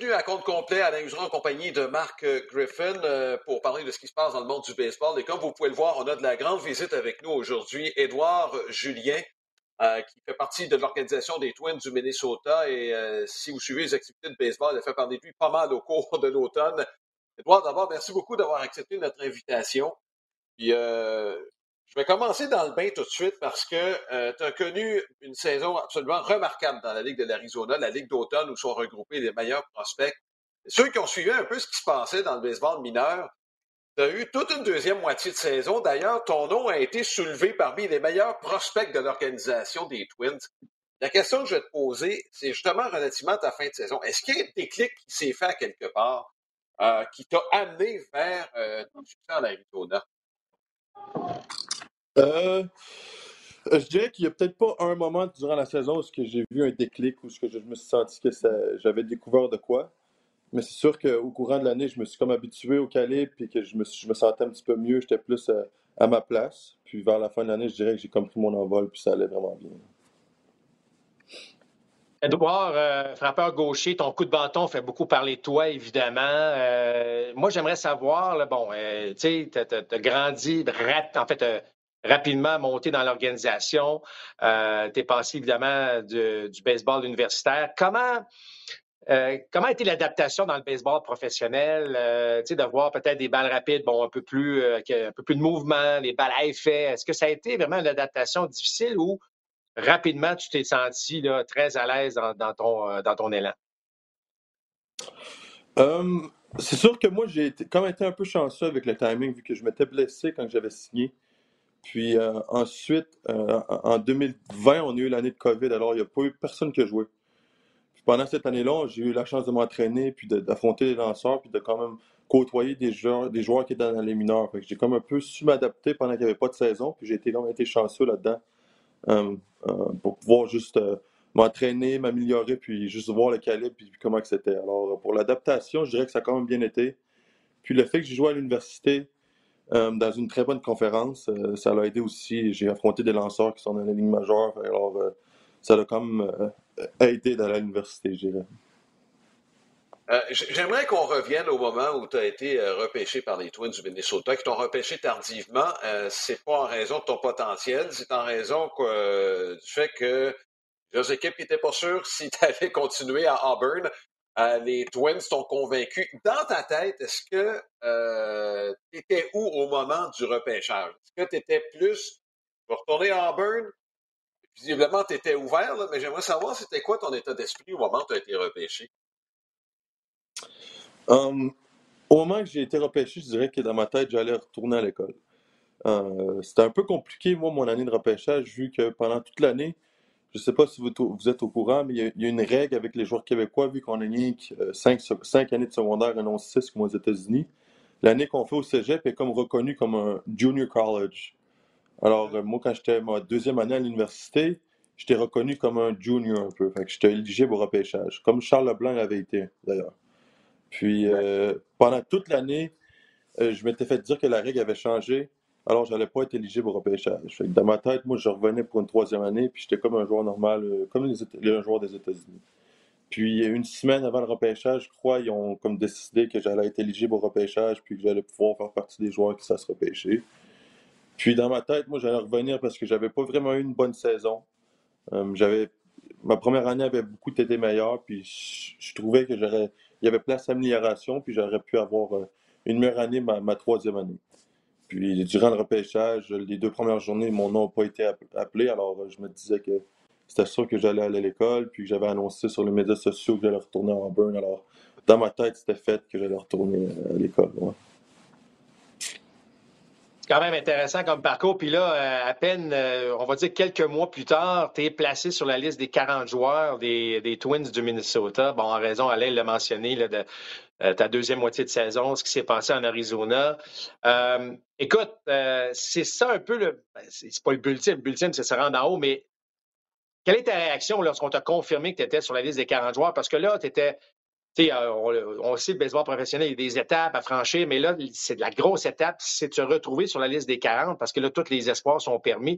bienvenue à Compte Complet, Alain Useron en compagnie de Marc Griffin pour parler de ce qui se passe dans le monde du baseball. Et comme vous pouvez le voir, on a de la grande visite avec nous aujourd'hui. Édouard Julien, qui fait partie de l'organisation des Twins du Minnesota. Et si vous suivez les activités de baseball, il a fait parler de lui pas mal au cours de l'automne. Édouard, d'abord, merci beaucoup d'avoir accepté notre invitation. Puis, je vais commencer dans le bain tout de suite parce que tu as connu une saison absolument remarquable dans la Ligue de l'Arizona, la Ligue d'automne où sont regroupés les meilleurs prospects. Ceux qui ont suivi un peu ce qui se passait dans le baseball mineur, tu as eu toute une deuxième moitié de saison. D'ailleurs, ton nom a été soulevé parmi les meilleurs prospects de l'organisation des Twins. La question que je vais te poser, c'est justement relativement à ta fin de saison. Est-ce qu'il y a un déclic qui s'est fait à quelque part qui t'a amené vers ton succès en Arizona? Je dirais qu'il n'y a peut-être pas un moment durant la saison où j'ai vu un déclic, où je me suis senti que j'avais découvert de quoi. Mais c'est sûr qu'au courant de l'année, je me suis comme habitué au calibre et que je me sentais un petit peu mieux. J'étais plus à ma place. Puis vers la fin de l'année, je dirais que j'ai comme pris mon envol puis ça allait vraiment bien. Édouard, frappeur gaucher, ton coup de bâton fait beaucoup parler de toi, évidemment. Moi, j'aimerais savoir, là, tu sais, tu as grandi, rapidement monté dans l'organisation. Tu es passé, évidemment, du baseball universitaire. Comment a été l'adaptation dans le baseball professionnel? Tu sais, de voir peut-être des balles rapides, un peu plus, un peu plus de mouvement, les balles à effet. Est-ce que ça a été vraiment une adaptation difficile ou rapidement, tu t'es senti là, très à l'aise dans ton élan? C'est sûr que moi, j'ai quand même été un peu chanceux avec le timing vu que je m'étais blessé quand j'avais signé. Puis ensuite, en 2020, on a eu l'année de COVID, alors il n'y a pas eu personne qui a joué. Puis pendant cette année-là, j'ai eu la chance de m'entraîner, puis d'affronter les lanceurs, puis de quand même côtoyer des joueurs qui étaient dans les mineurs. Fait que j'ai comme un peu su m'adapter pendant qu'il n'y avait pas de saison, puis j'ai quand même été chanceux là-dedans euh, pour pouvoir juste m'entraîner, m'améliorer, puis juste voir le calibre, puis comment que c'était. Alors pour l'adaptation, je dirais que ça a quand même bien été. Puis le fait que j'ai joué à l'université, dans une très bonne conférence, ça l'a aidé aussi. J'ai affronté des lanceurs qui sont dans la ligne majeure. Alors, ça l'a quand même aidé dans l'université, je dirais. J'aimerais qu'on revienne au moment où tu as été repêché par les Twins du Minnesota, qui t'ont repêché tardivement. C'est pas en raison de ton potentiel, c'est en raison du fait que les équipes n'étaient pas sûres si tu allais continuer à Auburn. Les Twins t'ont convaincu. Dans ta tête, est-ce que tu étais où au moment du repêchage? Est-ce que tu étais plus pour retourner à Auburn? Visiblement, tu étais ouvert, là, mais j'aimerais savoir c'était quoi ton état d'esprit au moment où tu as été repêché? Au moment que j'ai été repêché, je dirais que dans ma tête, j'allais retourner à l'école. C'était un peu compliqué, moi, mon année de repêchage, vu que pendant toute l'année, je ne sais pas si vous êtes au courant, mais il y a une règle avec les joueurs québécois, vu qu'on a eu 5 années de secondaire et non 6 comme aux États-Unis. L'année qu'on fait au cégep est comme reconnu comme un junior college. Alors, moi, quand j'étais ma deuxième année à l'université, j'étais reconnu comme un junior un peu. Fait que j'étais éligible au repêchage, comme Charles Leblanc l'avait été, d'ailleurs. Puis, pendant toute l'année, je m'étais fait dire que la règle avait changé, alors j'allais pas être éligible au repêchage. Fait que dans ma tête, moi, je revenais pour une troisième année, puis j'étais comme un joueur normal, comme un joueur des États-Unis. Puis, une semaine avant le repêchage, je crois, ils ont comme décidé que j'allais être éligible au repêchage, puis que j'allais pouvoir faire partie des joueurs qui savent se repêcher. Puis dans ma tête, moi, j'allais revenir parce que j'avais pas vraiment eu une bonne saison. J'avais ma première année avait beaucoup été meilleure, puis je trouvais que il y avait place à amélioration, puis j'aurais pu avoir une meilleure année ma troisième année. Puis durant le repêchage, les 2 premières journées, mon nom n'a pas été appelé, alors je me disais que c'était sûr que j'allais aller à l'école, puis que j'avais annoncé sur les médias sociaux que j'allais retourner à Auburn. Alors dans ma tête, c'était fait que j'allais retourner à l'école. Ouais. C'est quand même intéressant comme parcours. Puis là, à peine, on va dire quelques mois plus tard, tu es placé sur la liste des 40 joueurs des Twins du Minnesota. Bon, en raison, Alain l'a mentionné, là, de ta deuxième moitié de saison, ce qui s'est passé en Arizona. Écoute, c'est ça un peu c'est pas le bulletin. Le bulletin, c'est se rendre en haut, mais quelle est ta réaction lorsqu'on t'a confirmé que tu étais sur la liste des 40 joueurs? Parce que là, tu étais. On sait, le baseball professionnel, il y a des étapes à franchir, mais là, c'est de la grosse étape, c'est de se retrouver sur la liste des 40 parce que là, tous les espoirs sont permis.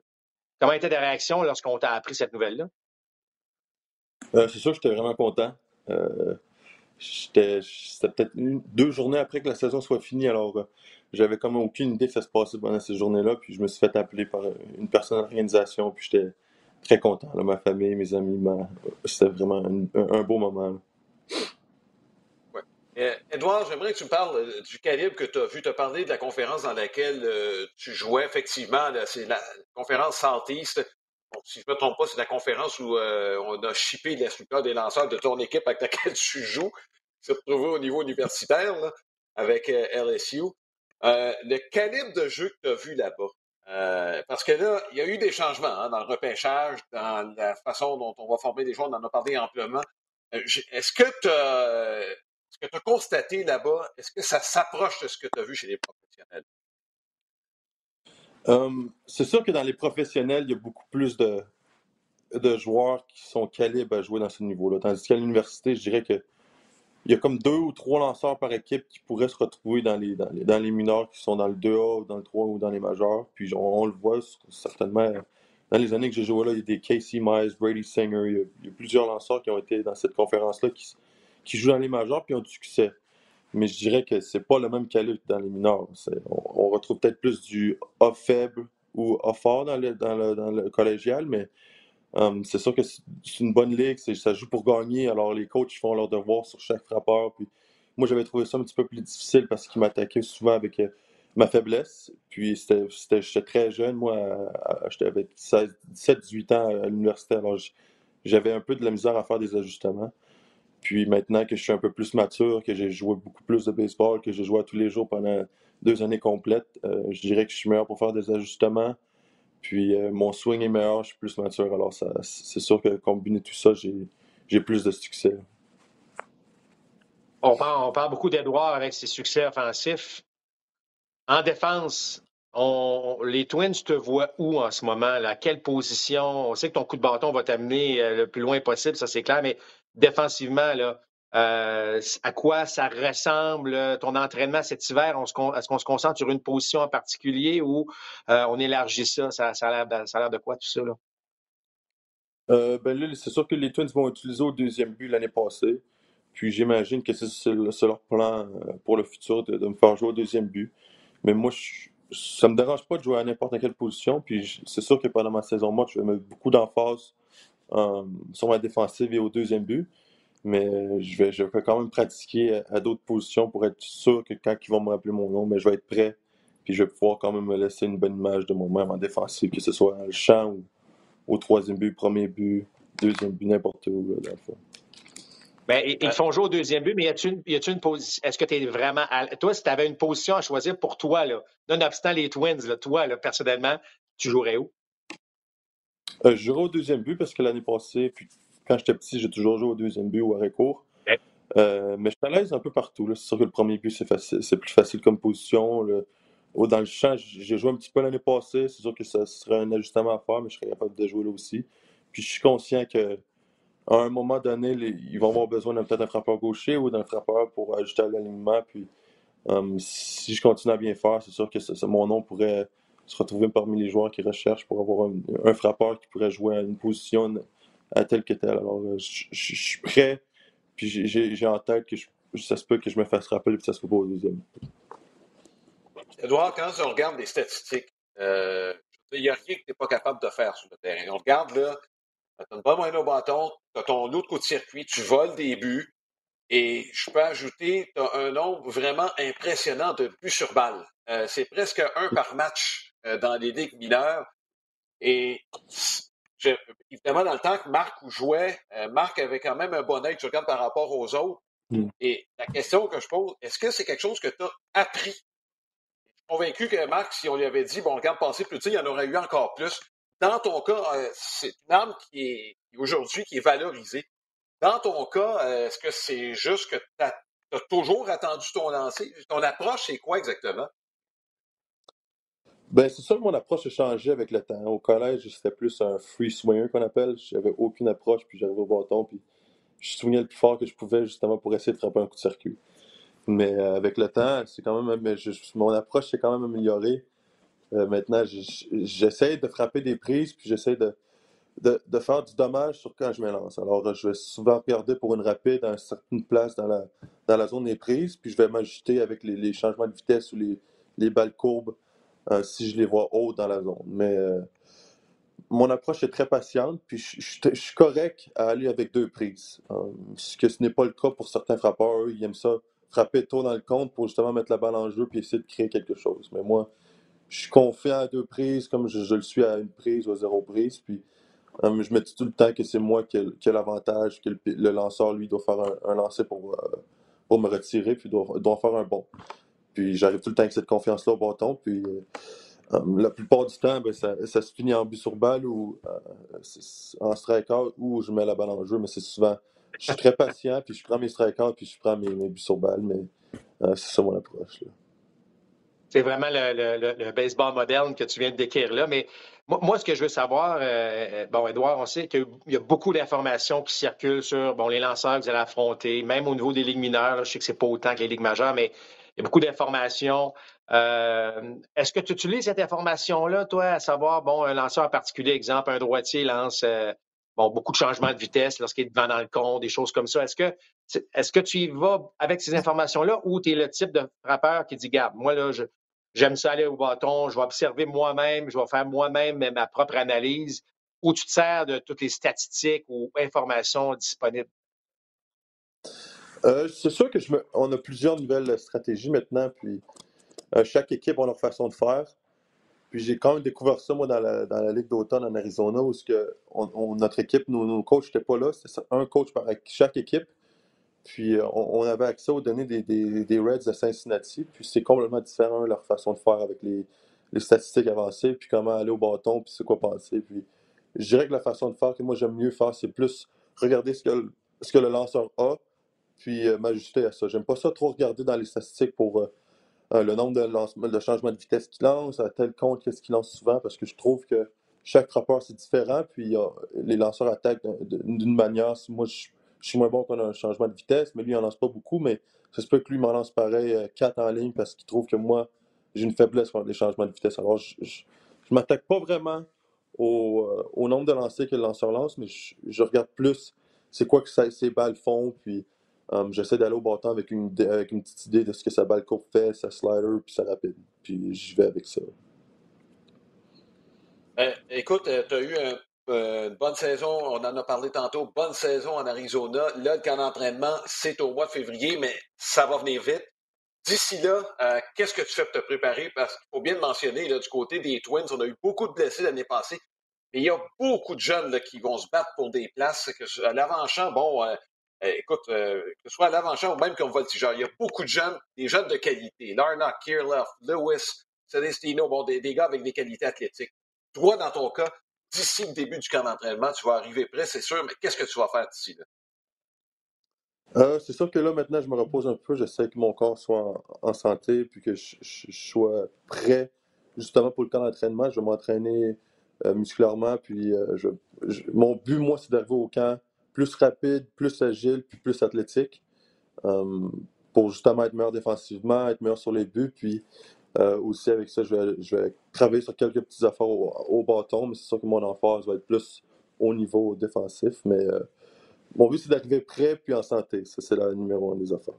Comment était ta réaction lorsqu'on t'a appris cette nouvelle-là? C'est sûr que j'étais vraiment content. C'était peut-être 2 journées après que la saison soit finie, alors j'avais comme aucune idée que ça se passait pendant ces journées-là, puis je me suis fait appeler par une personne de l'organisation, puis j'étais très content, là, ma famille, mes amis, c'était vraiment un beau moment, là. Ouais. Edouard, j'aimerais que tu me parles du calibre que tu as vu. Tu as parlé de la conférence dans laquelle tu jouais. Effectivement, là, c'est la conférence Southeast. Bon, si je ne me trompe pas, c'est la conférence où on a shippé la plupart des lanceurs de ton équipe avec laquelle tu joues, qui se retrouvait au niveau universitaire là, avec LSU. Le calibre de jeu que tu as vu là-bas, parce que là, il y a eu des changements hein, dans le repêchage, dans la façon dont on va former les joueurs, on en a parlé amplement. Est-ce que tu ce que tu as constaté là-bas, est-ce que ça s'approche de ce que tu as vu chez les professionnels? C'est sûr que dans les professionnels, il y a beaucoup plus de joueurs qui sont calibres à jouer dans ce niveau-là. Tandis qu'à l'université, je dirais que il y a comme 2 ou 3 lanceurs par équipe qui pourraient se retrouver dans les mineurs qui sont dans le 2A, ou dans le 3 ou dans les majeurs. Puis on le voit certainement dans les années que j'ai joué là, il y a des Casey Mize, Brady Singer, il y a plusieurs lanceurs qui ont été dans cette conférence-là qui jouent dans les majeurs puis ont du succès. Mais je dirais que c'est pas le même calibre que dans les mineurs. On retrouve peut-être plus du A faible ou A fort dans le collégial, mais c'est sûr que c'est une bonne ligue, ça joue pour gagner, alors les coachs font leur devoir sur chaque frappeur. Puis moi, j'avais trouvé ça un petit peu plus difficile parce qu'ils m'attaquaient souvent avec ma faiblesse. Puis j'étais très jeune, moi, j'avais 17, 18 ans à l'université, alors j'avais un peu de la misère à faire des ajustements. Puis maintenant que je suis un peu plus mature, que j'ai joué beaucoup plus de baseball, que j'ai joué tous les jours pendant 2 années complètes, je dirais que je suis meilleur pour faire des ajustements. Puis mon swing est meilleur, je suis plus mature. Alors c'est sûr que combiner tout ça, j'ai plus de succès. On parle beaucoup d'Edouard avec ses succès offensifs. En défense, les Twins te voient où en ce moment? Là? À quelle position? On sait que ton coup de bâton va t'amener le plus loin possible, ça c'est clair, mais défensivement, là, à quoi ça ressemble ton entraînement cet hiver? Est-ce qu'on se concentre sur une position en particulier ou on élargit ça? Ça a l'air de quoi tout ça? Là? Ben là, c'est sûr que les Twins vont utiliser au deuxième but l'année passée. Puis j'imagine que c'est leur plan pour le futur de me faire jouer au deuxième but. Mais moi, ça me dérange pas de jouer à n'importe quelle position. Puis c'est sûr que pendant ma saison morte, je vais mettre beaucoup d'emphase sur ma défensive et au deuxième but. Mais je vais quand même pratiquer à d'autres positions pour être sûr que quand ils vont me rappeler mon nom, mais je vais être prêt. Puis je vais pouvoir quand même me laisser une bonne image de moi-même en défensive, que ce soit dans le champ ou au troisième but, premier but, deuxième but, n'importe où, là, dans le fond. Ben, ils te font jouer au deuxième but, mais y a-tu une position? Est-ce que tu es vraiment. Toi, si tu avais une position à choisir pour toi, là, nonobstant les Twins, là, toi, là, personnellement, tu jouerais où? Je jouerai au deuxième but parce que l'année passée, puis quand j'étais petit, j'ai toujours joué au deuxième but ou arrêt court. Ben, Mais je suis à l'aise un peu partout, là. C'est sûr que le premier but, c'est plus facile comme position. Dans le champ, j'ai joué un petit peu l'année passée. C'est sûr que ça serait un ajustement à faire, mais je serais capable de jouer là aussi. Puis je suis conscient que à un moment donné, ils vont avoir besoin peut-être d'un frappeur gaucher ou d'un frappeur pour ajuster à l'alignement. Puis si je continue à bien faire, c'est sûr que mon nom pourrait se retrouver parmi les joueurs qui recherchent pour avoir un frappeur qui pourrait jouer à une position à telle que telle. Alors, je suis prêt, puis j'ai en tête que ça se peut que je me fasse rappeler, puis ça se fait pas au deuxième. Edouard, quand on regarde les statistiques, il n'y a rien que tu n'es pas capable de faire sur le terrain. On regarde là, tu as une bonne moyenne au bâton, tu as ton autre coup de circuit, tu voles des buts, et je peux ajouter, tu as un nombre vraiment impressionnant de buts sur balle. C'est presque un par match dans les ligues mineures. Et je- évidemment, dans le temps que Marc jouait, Marc avait quand même un bon œil, tu regardes par rapport aux autres. Mm. Et la question que je pose, est-ce que c'est quelque chose que tu as appris? Je suis convaincu que Marc, si on lui avait dit, bon, regarde, passer plus tard, il y en aurait eu encore plus. Dans ton cas, c'est une arme qui est aujourd'hui qui est valorisée. Dans ton cas, est-ce que c'est juste que tu as toujours attendu ton lancer? Ton approche, c'est quoi exactement? Ben, c'est sûr que mon approche a changé avec le temps. Au collège, c'était plus un free swinger qu'on appelle. J'avais aucune approche, puis j'arrivais au bâton, puis je swingais le plus fort que je pouvais justement pour essayer de frapper un coup de circuit. Mais avec le temps, c'est quand même, mon approche s'est quand même améliorée. Maintenant, j'essaie de frapper des prises, puis j'essaie de faire du dommage sur quand je me lance. Alors, je vais souvent regarder pour une rapide à une certaine place dans la zone des prises, puis je vais m'ajuster avec les changements de vitesse ou les balles courbes si je les vois haut dans la zone. Mais mon approche est très patiente, puis je suis correct à aller avec 2 prises. Ce n'est pas le cas pour certains frappeurs. Eux, ils aiment ça frapper tôt dans le compte pour justement mettre la balle en jeu puis essayer de créer quelque chose. Mais moi, je suis confiant à 2 prises comme je le suis à 1 prise ou à 0 prise. Puis je me dis tout le temps que c'est moi qui ai l'avantage, que le lanceur, lui, doit faire un lancer pour me retirer, puis doit faire un bon. Puis j'arrive tout le temps avec cette confiance-là au bâton. Puis la plupart du temps, ben, ça se finit en but sur balle ou en strikeout ou je mets la balle en jeu. Mais c'est souvent, je suis très patient, puis je prends mes strikeouts, puis je prends mes buts sur balle. Mais c'est ça mon approche, là. C'est vraiment le baseball moderne que tu viens de décrire là. Mais moi ce que je veux savoir, bon, Édouard, on sait qu'il y a beaucoup d'informations qui circulent sur bon, les lanceurs que vous allez affronter, même au niveau des ligues mineures. Là, je sais que c'est pas autant que les ligues majeures, mais il y a beaucoup d'informations. Est-ce que tu utilises cette information-là, toi, à savoir, bon, un lanceur en particulier, exemple, un droitier lance bon, beaucoup de changements de vitesse lorsqu'il est devant dans le compte, des choses comme ça. Est-ce que tu y vas avec ces informations-là ou tu es le type de frappeur qui dit, garde, moi, là, j'aime ça aller au bâton, je vais observer moi-même, je vais faire moi-même ma propre analyse, ou tu te sers de toutes les statistiques ou informations disponibles? C'est sûr que on a plusieurs nouvelles stratégies maintenant, puis chaque équipe a leur façon de faire. Puis j'ai quand même découvert ça, moi, dans la Ligue d'automne en Arizona, où notre équipe, nos coachs n'étaient pas là. C'était un coach par chaque équipe. Puis on avait accès aux données des Reds de Cincinnati. Puis c'est complètement différent leur façon de faire avec les statistiques avancées, puis comment aller au bâton, puis c'est quoi penser. Puis je dirais que la façon de faire que moi j'aime mieux faire, c'est plus regarder ce que le lanceur a, puis m'ajuster à ça. J'aime pas ça trop regarder dans les statistiques pour le nombre de changements de vitesse qu'il lance, à tel compte qu'est-ce qu'il lance souvent, parce que je trouve que chaque frappeur c'est différent, puis les lanceurs attaquent d'une manière. Moi, je suis moins bon qu'on a un changement de vitesse, mais lui, il n'en lance pas beaucoup, mais ça se peut que lui m'en lance pareil 4 en ligne parce qu'il trouve que moi, j'ai une faiblesse contre les changements de vitesse. Alors, je m'attaque pas vraiment au nombre de lancers que le lanceur lance, mais je regarde plus c'est quoi que ses balles font, puis j'essaie d'aller au bâton avec avec une petite idée de ce que sa balle courbe fait, sa slider, puis sa rapide. Puis j'y vais avec ça. Écoute, tu as eu une bonne saison, on en a parlé tantôt, bonne saison en Arizona. Là, le camp d'entraînement, c'est au mois de février, mais ça va venir vite. D'ici là, qu'est-ce que tu fais pour te préparer? Parce qu'il faut bien le mentionner, là, du côté des Twins, on a eu beaucoup de blessés l'année passée. Mais il y a beaucoup de jeunes là, qui vont se battre pour des places. À l'avant-champ, bon, écoute, que ce soit à l'avant-champ ou même comme voltigeur, il y a beaucoup de jeunes, des jeunes de qualité. Larnach, Kirilloff, Lewis, Celestino, bon, des gars avec des qualités athlétiques. Toi, dans ton cas, d'ici le début du camp d'entraînement, tu vas arriver prêt, c'est sûr, mais qu'est-ce que tu vas faire d'ici là? C'est sûr que là, maintenant, je me repose un peu. J'essaie que mon corps soit en santé, puis que je sois prêt justement pour le camp d'entraînement. Je vais m'entraîner musculairement, puis mon but, moi, c'est d'arriver au camp plus rapide, plus agile, puis plus athlétique, euh, pour justement être meilleur défensivement, être meilleur sur les buts, puis aussi avec ça, je vais travailler sur quelques petites affaires au bâton, mais c'est sûr que mon emphase va être plus au niveau défensif, mais mon but, c'est d'arriver prêt puis en santé. Ça, c'est la numéro 1 des affaires.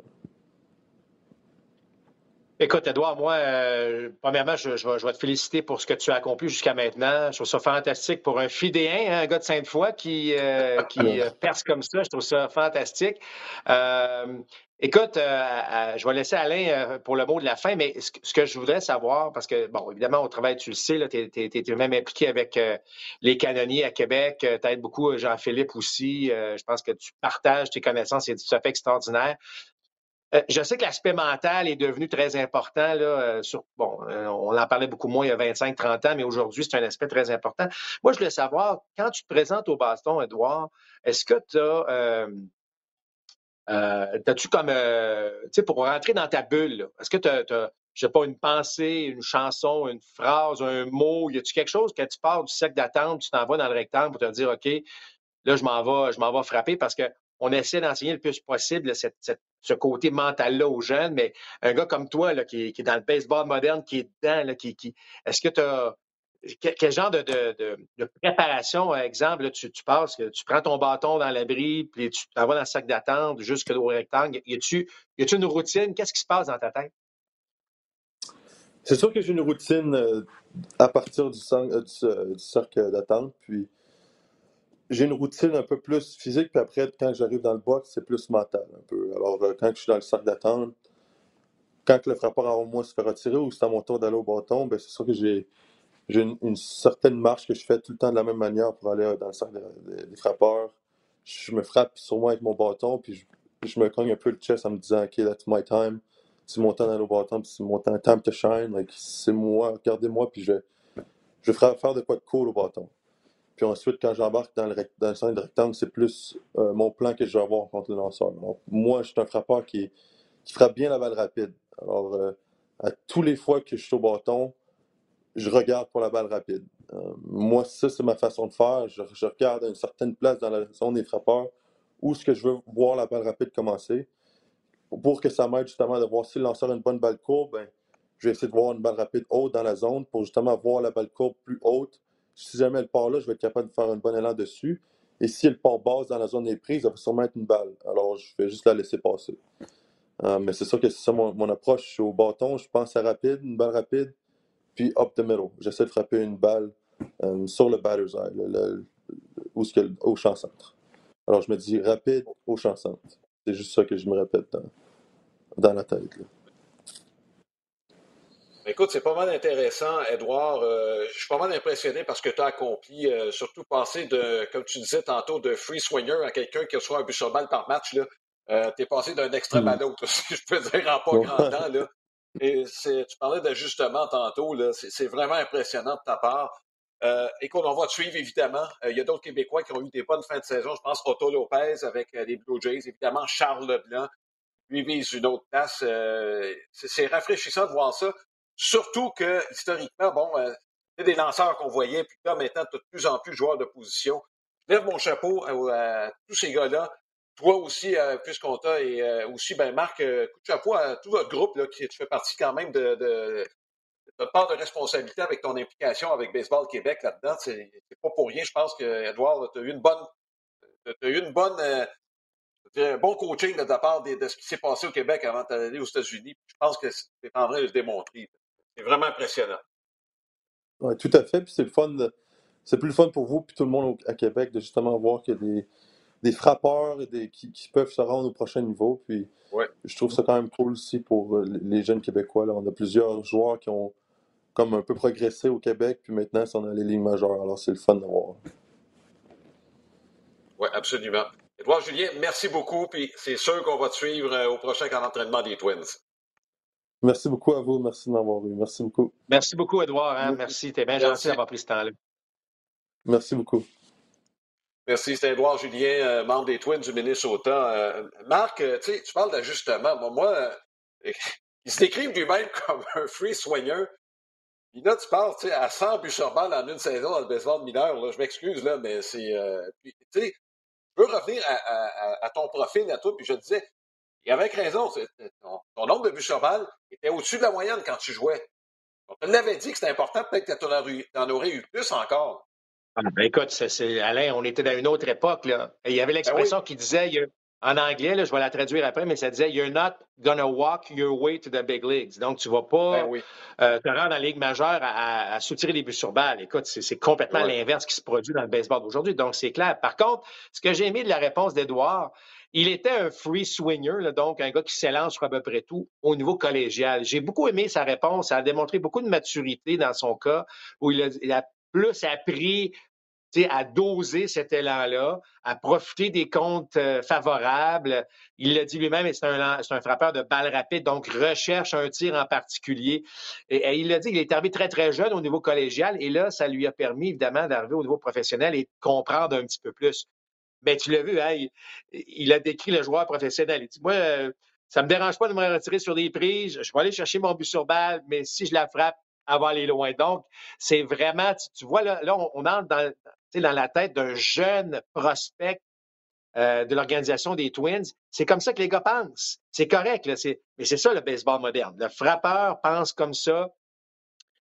Écoute, Edouard, moi, premièrement, je vais te féliciter pour ce que tu as accompli jusqu'à maintenant. Je trouve ça fantastique pour un Fidéen, hein, un gars de Sainte-Foy qui perce comme ça. Je trouve ça fantastique. Euh, écoute, je vais laisser Alain pour le mot de la fin, mais ce que je voudrais savoir, parce que, bon, évidemment, au travail, tu le sais, tu es même impliqué avec les canonniers à Québec. Tu aides beaucoup Jean-Philippe aussi. Je pense que tu partages tes connaissances. C'est tout à fait extraordinaire. Je sais que l'aspect mental est devenu très important. Là, on en parlait beaucoup moins il y a 25-30 ans, mais aujourd'hui, c'est un aspect très important. Moi, je voulais savoir, quand tu te présentes au baston, Edouard, est-ce que tu as, t'as-tu comme, tu sais, pour rentrer dans ta bulle, là, est-ce que tu as, je sais pas, une pensée, une chanson, une phrase, un mot, y a-tu quelque chose que tu pars du cercle d'attente, tu t'en vas dans le rectangle pour te dire, OK, là, je m'en vais frapper parce qu'on essaie d'enseigner le plus possible ce côté mental-là aux jeunes, mais un gars comme toi là, qui est dans le baseball moderne, qui est dedans, là, est-ce que tu as quel genre de préparation, par exemple, là, tu passes, tu prends ton bâton dans l'abri, puis tu t'envoies dans le sac d'attente jusqu'au rectangle. Y a-tu une routine? Qu'est-ce qui se passe dans ta tête? C'est sûr que j'ai une routine à partir du cercle d'attente, puis j'ai une routine un peu plus physique, puis après, quand j'arrive dans le box, c'est plus mental un peu. Alors, quand je suis dans le cercle d'attente, quand le frappeur en haut de moi se fait retirer ou c'est à mon tour d'aller au bâton, ben c'est sûr que j'ai une certaine marche que je fais tout le temps de la même manière pour aller dans le cercle des frappeurs. Je me frappe sur moi avec mon bâton, puis je me cogne un peu le chest en me disant, OK, that's my time. C'est mon temps d'aller au bâton, puis c'est mon temps, time to shine. Like, c'est moi, regardez-moi, puis je vais faire de quoi de cool au bâton. Puis ensuite, quand j'embarque dans le centre de rectangle, c'est plus mon plan que je vais avoir contre le lanceur. Donc, moi, je suis un frappeur qui frappe bien la balle rapide. Alors, à tous les fois que je suis au bâton, je regarde pour la balle rapide. Moi, ça, c'est ma façon de faire. Je regarde à une certaine place dans la zone des frappeurs où est-ce que je veux voir la balle rapide commencer. Pour que ça m'aide justement de voir si le lanceur a une bonne balle courbe, ben, je vais essayer de voir une balle rapide haute dans la zone pour justement voir la balle courbe plus haute. Si jamais elle part là, je vais être capable de faire un bon élan dessus. Et si elle part basse dans la zone des prises, ça va sûrement être une balle. Alors, je vais juste la laisser passer. Mais c'est sûr que c'est ça mon approche. Au bâton, je pense à rapide, une balle rapide, puis up the middle. J'essaie de frapper une balle sur le batter's eye, au champ centre. Alors, je me dis rapide au champ centre. C'est juste ça que je me répète dans la tête. Là. Écoute, c'est pas mal intéressant, Edouard. Je suis pas mal impressionné par ce que tu as accompli, surtout passer de, comme tu disais tantôt, de free swinger à quelqu'un qui reçoit un but sur balle par match. Là. Tu es passé d'un extrême à l'autre, si je peux dire, en pas grand temps. Là. Et tu parlais d'ajustement tantôt. Là. C'est vraiment impressionnant de ta part. Écoute, on va te suivre, évidemment. Il y a d'autres Québécois qui ont eu des bonnes fins de saison. Je pense Otto Lopez avec les Blue Jays. Évidemment, Charles Leblanc lui vise une autre place. C'est rafraîchissant de voir ça. Surtout que, historiquement, bon, c'est des lanceurs qu'on voyait, puis là, maintenant, tu as de plus en plus de joueurs de position. Je lève mon chapeau à tous ces gars-là. Toi aussi, puisqu'on t'a, et aussi, ben, Marc, coup de chapeau à tout votre groupe, là, qui tu fais partie quand même de notre part de responsabilité avec ton implication avec Baseball Québec là-dedans. C'est pas pour rien. Je pense que, Edouard, tu as eu une bonne un bon coaching de ta part de ce qui s'est passé au Québec avant d'aller aux États-Unis. Je pense que tu es en train de le démontrer. C'est vraiment impressionnant. Oui, tout à fait. Puis c'est le fun. C'est plus le fun pour vous puis tout le monde à Québec de justement voir qu'il y a des frappeurs qui peuvent se rendre au prochain niveau. Puis Ouais. je trouve ça quand même cool aussi pour les jeunes Québécois. Là. On a plusieurs joueurs qui ont comme un peu progressé au Québec, puis maintenant ils sont dans les lignes majeures. Alors c'est le fun de voir. Oui, absolument. Édouard Julien, merci beaucoup. Puis c'est sûr qu'on va te suivre au prochain camp d'entraînement des Twins. Merci beaucoup à vous. Merci de m'avoir eu. Merci beaucoup. Merci beaucoup, Edouard. Hein? Merci. T'es bien gentil d'avoir pris ce temps-là. Merci beaucoup. Merci, c'est Édouard Julien, membre des Twins du Minnesota. Marc, tu parles d'ajustement. Moi, il se décrive lui-même comme un free swinger. Puis là, tu parles à 100 buts sur balle en une saison dans le baseball mineur. Là, je m'excuse, là, mais c'est. Je veux revenir à ton profil, à toi, puis je te disais, et avec raison, ton nombre de buts sur balle était au-dessus de la moyenne quand tu jouais. On te l'avait dit que c'était important, peut-être que tu en aurais eu plus encore. Ben écoute, Alain, on était dans une autre époque. Là. Et il y avait l'expression qui disait, en anglais, là, je vais la traduire après, mais ça disait You're not gonna walk your way to the big leagues. Donc, tu ne vas pas te rendre dans la Ligue majeure à soutirer des buts sur balle. Écoute, c'est complètement l'inverse qui se produit dans le baseball d'aujourd'hui. Donc, c'est clair. Par contre, ce que j'ai aimé de la réponse d'Edouard, il était un free swinger, là, donc un gars qui s'élance sur à peu près tout au niveau collégial. J'ai beaucoup aimé sa réponse. Ça a démontré beaucoup de maturité dans son cas, où il a plus appris à doser cet élan-là, à profiter des comptes favorables. Il l'a dit lui-même, c'est un frappeur de balle rapide, donc recherche un tir en particulier. Et il l'a dit, il est arrivé très, très jeune au niveau collégial, et là, ça lui a permis, évidemment, d'arriver au niveau professionnel et de comprendre un petit peu plus. Ben, tu l'as vu, hein, il a décrit le joueur professionnel. Il dit, moi, ça me dérange pas de me retirer sur des prises, je vais aller chercher mon but sur balle, mais si je la frappe, elle va aller loin. Donc, c'est vraiment, tu vois, là on entre dans la tête d'un jeune prospect de l'organisation des Twins. C'est comme ça que les gars pensent. C'est correct, là, mais c'est ça le baseball moderne. Le frappeur pense comme ça.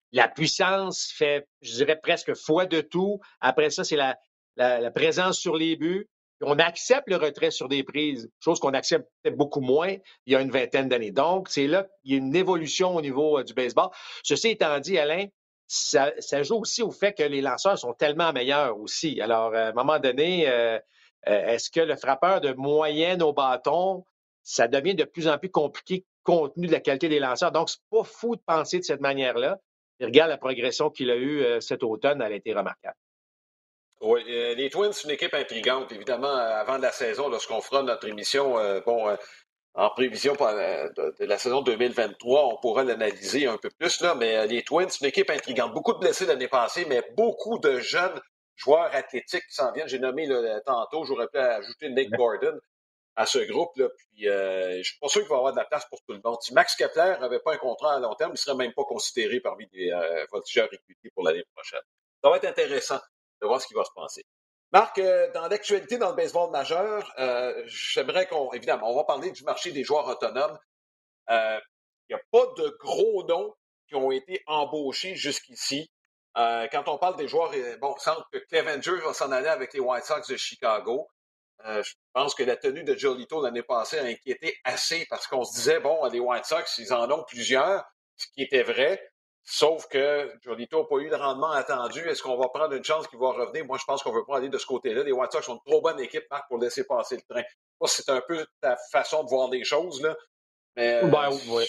La puissance fait, je dirais, presque foi de tout. Après ça, c'est la présence sur les buts. On accepte le retrait sur des prises, chose qu'on acceptait beaucoup moins il y a une vingtaine d'années. Donc, c'est là qu'il y a une évolution au niveau du baseball. Ceci étant dit, Alain, ça joue aussi au fait que les lanceurs sont tellement meilleurs aussi. Alors, à un moment donné, est-ce que le frappeur de moyenne au bâton, ça devient de plus en plus compliqué compte tenu de la qualité des lanceurs. Donc, c'est pas fou de penser de cette manière-là. Et regarde la progression qu'il a eue cet automne, elle a été remarquable. Oui, les Twins, c'est une équipe intrigante. Évidemment, avant la saison, lorsqu'on fera notre émission, en prévision de la saison 2023, on pourra l'analyser un peu plus, là, mais les Twins, c'est une équipe intrigante. Beaucoup de blessés l'année passée, mais beaucoup de jeunes joueurs athlétiques qui s'en viennent. J'ai nommé tantôt, j'aurais pu ajouter Nick Gordon à ce groupe-là. Puis, je suis pas sûr qu'il va y avoir de la place pour tout le monde. Si Max Kepler n'avait pas un contrat à long terme, il ne serait même pas considéré parmi les voltigeurs recrutés pour l'année prochaine. Ça va être intéressant de voir ce qui va se passer. Marc, dans l'actualité dans le baseball majeur, j'aimerais évidemment, on va parler du marché des joueurs autonomes. Il n'y a pas de gros noms qui ont été embauchés jusqu'ici. Quand on parle des joueurs, semble que Clevenger va s'en aller avec les White Sox de Chicago. Je pense que la tenue de Giolito l'année passée a inquiété assez parce qu'on se disait, bon, les White Sox, ils en ont plusieurs, ce qui était vrai, sauf que Giolito n'a pas eu le rendement attendu. Est-ce qu'on va prendre une chance qu'il va revenir? Moi, je pense qu'on ne veut pas aller de ce côté-là. Les White Sox sont une trop bonne équipe, Marc, pour laisser passer le train. Moi, c'est un peu ta façon de voir les choses, là. Mais Oui.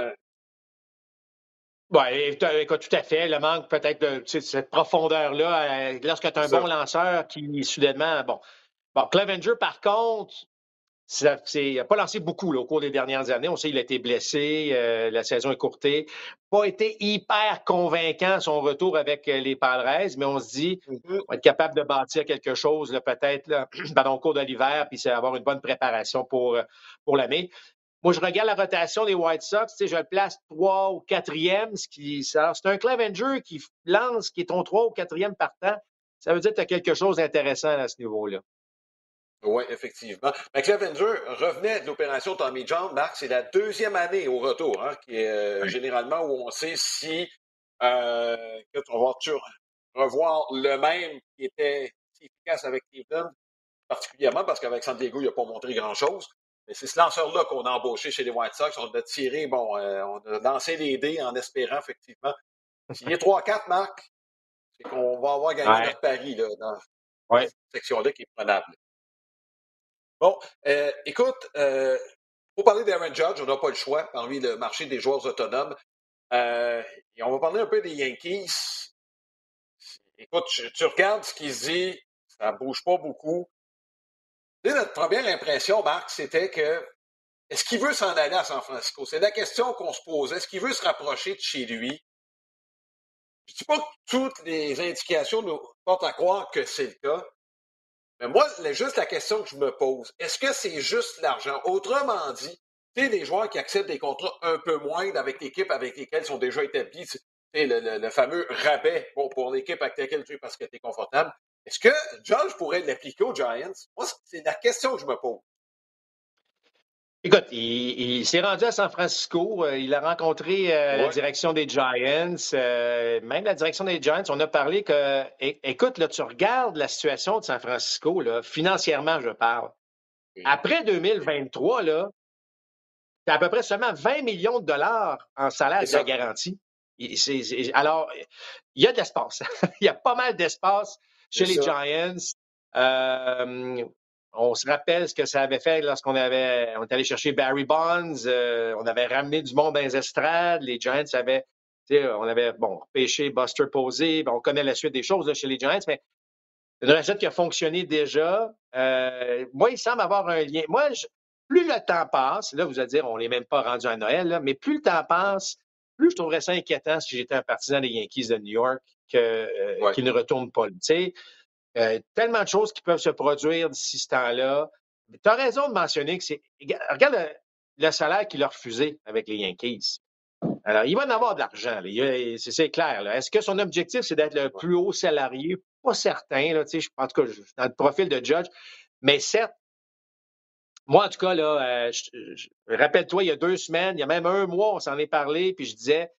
Écoute, tout à fait. Le manque peut-être de cette profondeur-là, lorsque tu as un bon lanceur qui, soudainement, Bon, Clevenger, par contre, il n'a pas lancé beaucoup là, au cours des dernières années. On sait qu'il a été blessé, la saison est courtée. Pas été hyper convaincant son retour avec les Padres, mais on se dit on va être capable de bâtir quelque chose peut-être là, au cours de l'hiver, puis c'est avoir une bonne préparation pour l'année. Moi, je regarde la rotation des White Sox, je le place 3 ou 4e. C'est un Clevenger qui lance, qui est ton 3 ou 4e partant. Ça veut dire que tu as quelque chose d'intéressant à ce niveau-là. Oui, effectivement. Mais Clevenger revenait de l'opération Tommy John. Marc, c'est la deuxième année au retour, hein, qui est généralement où on sait si on va revoir le même qui était si efficace avec Cleveland, particulièrement parce qu'avec San Diego, il n'a pas montré grand-chose. Mais c'est ce lanceur-là qu'on a embauché chez les White Sox. On a tiré, on a lancé les dés en espérant, effectivement. S'il est 3-4, Marc, c'est qu'on va avoir gagné notre pari là, dans cette section-là qui est prenable. Bon, écoute, pour parler d'Aaron Judge, on n'a pas le choix parmi le marché des joueurs autonomes. Et on va parler un peu des Yankees. Écoute, tu regardes ce qu'il se dit, ça ne bouge pas beaucoup. Tu sais, notre première impression, Marc, c'était que est-ce qu'il veut s'en aller à San Francisco? C'est la question qu'on se posait. Est-ce qu'il veut se rapprocher de chez lui? Je ne dis pas que toutes les indications nous portent à croire que c'est le cas. Mais moi, juste la question que je me pose, est-ce que c'est juste l'argent? Autrement dit, tu sais, des joueurs qui acceptent des contrats un peu moindres avec l'équipe avec lesquelles ils sont déjà établis, tu sais, le fameux rabais pour l'équipe avec laquelle tu es parce que tu es confortable. Est-ce que Judge pourrait l'appliquer aux Giants? Moi, c'est la question que je me pose. Écoute, il s'est rendu à San Francisco. Il a rencontré la direction des Giants, même la direction des Giants. On a parlé que, écoute, là, tu regardes la situation de San Francisco, là, financièrement, je parle. Après 2023, là, tu as à peu près seulement 20 millions de dollars en salaire de garantie. Alors, il y a de l'espace. Il y a pas mal d'espace chez les Giants. On se rappelle ce que ça avait fait lorsqu'on est allé chercher Barry Bonds. On avait ramené du monde dans les estrades. Les Giants on avait, pêché Buster Posey. On connaît la suite des choses là, chez les Giants, mais c'est une recette qui a fonctionné déjà. Moi, il semble avoir un lien. Moi, plus le temps passe, là, vous allez dire, on n'est même pas rendu à Noël, là, mais plus le temps passe, plus je trouverais ça inquiétant si j'étais un partisan des Yankees de New York qu'ils ne retournent pas. Tu sais, tellement de choses qui peuvent se produire d'ici ce temps-là. Tu as raison de mentionner que c'est. Regarde le salaire qu'il a refusé avec les Yankees. Alors, il va en avoir de l'argent. C'est clair. Là. Est-ce que son objectif, c'est d'être le plus haut salarié? Pas certain. Là, en tout cas, dans le profil de Judge. Mais certes, moi, en tout cas, là, rappelle-toi, il y a 2 semaines, il y a même un mois, on s'en est parlé, puis je disais,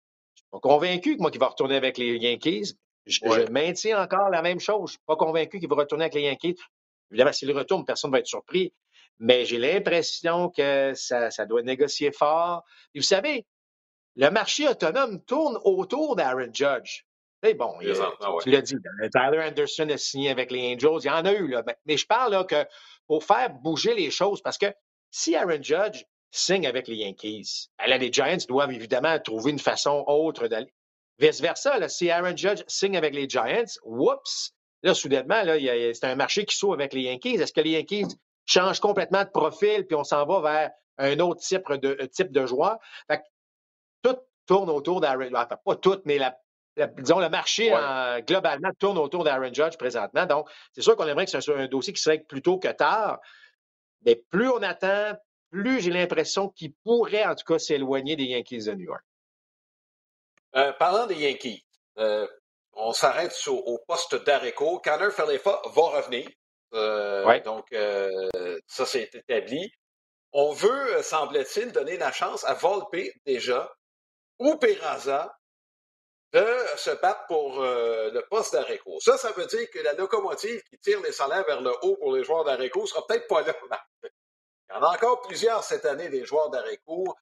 Pas convaincu que moi qu'il va retourner avec les Yankees. Je maintiens encore la même chose. Je suis pas convaincu qu'il va retourner avec les Yankees. Évidemment, s'il retourne, personne ne va être surpris. Mais j'ai l'impression que ça doit négocier fort. Et vous savez, le marché autonome tourne autour d'Aaron Judge. Mais bon, tu l'as dit, Tyler Anderson a signé avec les Angels. Il y en a eu, là. Mais je parle là, que pour faire bouger les choses, parce que si Aaron Judge signe avec les Yankees, là, les Giants doivent évidemment trouver une façon autre d'aller. Vice-versa, là, si Aaron Judge signe avec les Giants, whoops, là, soudainement, là, c'est un marché qui s'ouvre avec les Yankees. Est-ce que les Yankees changent complètement de profil puis on s'en va vers un autre type de joueur? Fait que tout tourne autour d'Aaron. Enfin, pas tout, mais disons, le marché globalement tourne autour d'Aaron Judge présentement. Donc, c'est sûr qu'on aimerait que ce soit un dossier qui se règle plus tôt que tard. Mais plus on attend, plus j'ai l'impression qu'il pourrait, en tout cas, s'éloigner des Yankees de New York. Parlant des Yankees, on s'arrête au poste d'Areco. Connor Falefa va revenir. Donc, ça, c'est établi. On veut, semble-t-il, donner la chance à Volpe, déjà, ou Peraza, de se battre pour le poste d'Areco. Ça veut dire que la locomotive qui tire les salaires vers le haut pour les joueurs d'Areco sera peut-être pas là. Il y en a encore plusieurs cette année, des joueurs d'Areco.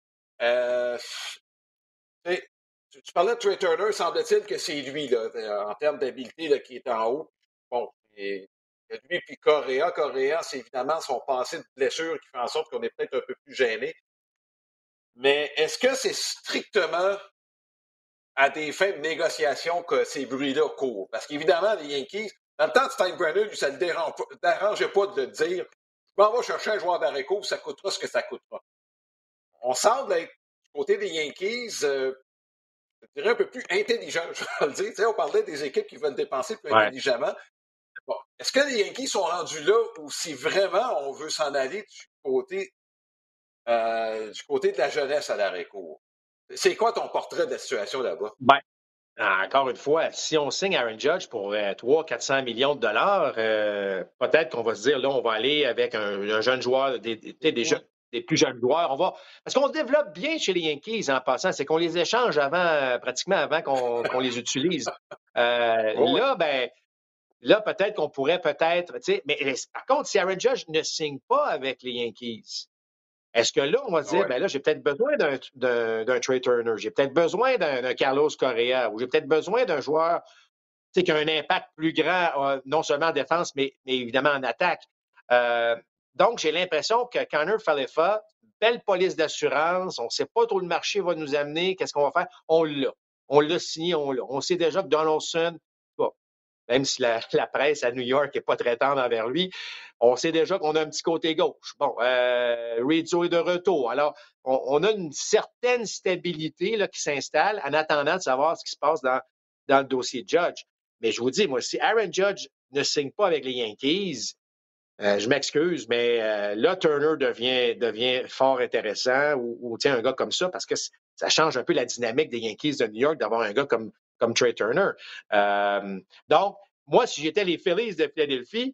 Tu parlais de Trey Turner, semble-t-il que c'est lui, là, en termes d'habileté, là, qui est en haut. Bon, il y a lui puis Correa. Correa, c'est évidemment son passé de blessure qui fait en sorte qu'on est peut-être un peu plus gêné. Mais est-ce que c'est strictement à des fins de négociation que ces bruits-là courent? Parce qu'évidemment, les Yankees, dans le temps de Steinbrenner, lui, ça ne le dérangeait pas de le dire. Je m'en vais chercher un joueur d'Areco, ça coûtera ce que ça coûtera. On semble être du côté des Yankees, je dirais un peu plus intelligent, je vais le dire. Tu sais, on parlait des équipes qui veulent dépenser plus intelligemment. Bon, est-ce que les Yankees sont rendus là ou si vraiment on veut s'en aller du côté de la jeunesse à l'Areco? C'est quoi ton portrait de la situation là-bas? Ben, encore une fois, si on signe Aaron Judge pour 300-400 millions de dollars, peut-être qu'on va se dire, là, on va aller avec un jeune joueur, des plus jeunes joueurs. Parce qu'on se développe bien chez les Yankees en passant, c'est qu'on les échange pratiquement avant qu'on les utilise. Là, peut-être qu'on pourrait mais par contre, si Aaron Judge ne signe pas avec les Yankees, est-ce que là, on va se dire, là, j'ai peut-être besoin d'un Trey Turner, j'ai peut-être besoin d'un Carlos Correa, ou j'ai peut-être besoin d'un joueur qui a un impact plus grand, non seulement en défense, mais évidemment en attaque. Donc, j'ai l'impression que Connor Falefa, belle police d'assurance, on ne sait pas trop le marché va nous amener, qu'est-ce qu'on va faire? On l'a. On l'a signé, on l'a. On sait déjà que Donaldson, même si la presse à New York n'est pas très tendre envers lui, on sait déjà qu'on a un petit côté gauche. Bon, Rizzo est de retour. Alors, on a une certaine stabilité là, qui s'installe en attendant de savoir ce qui se passe dans le dossier Judge. Mais je vous dis, moi, si Aaron Judge ne signe pas avec les Yankees, je m'excuse, mais là, Turner devient fort intéressant ou un gars comme ça parce que ça change un peu la dynamique des Yankees de New York d'avoir un gars comme Trey Turner. Donc, moi, si j'étais les Phillies de Philadelphie,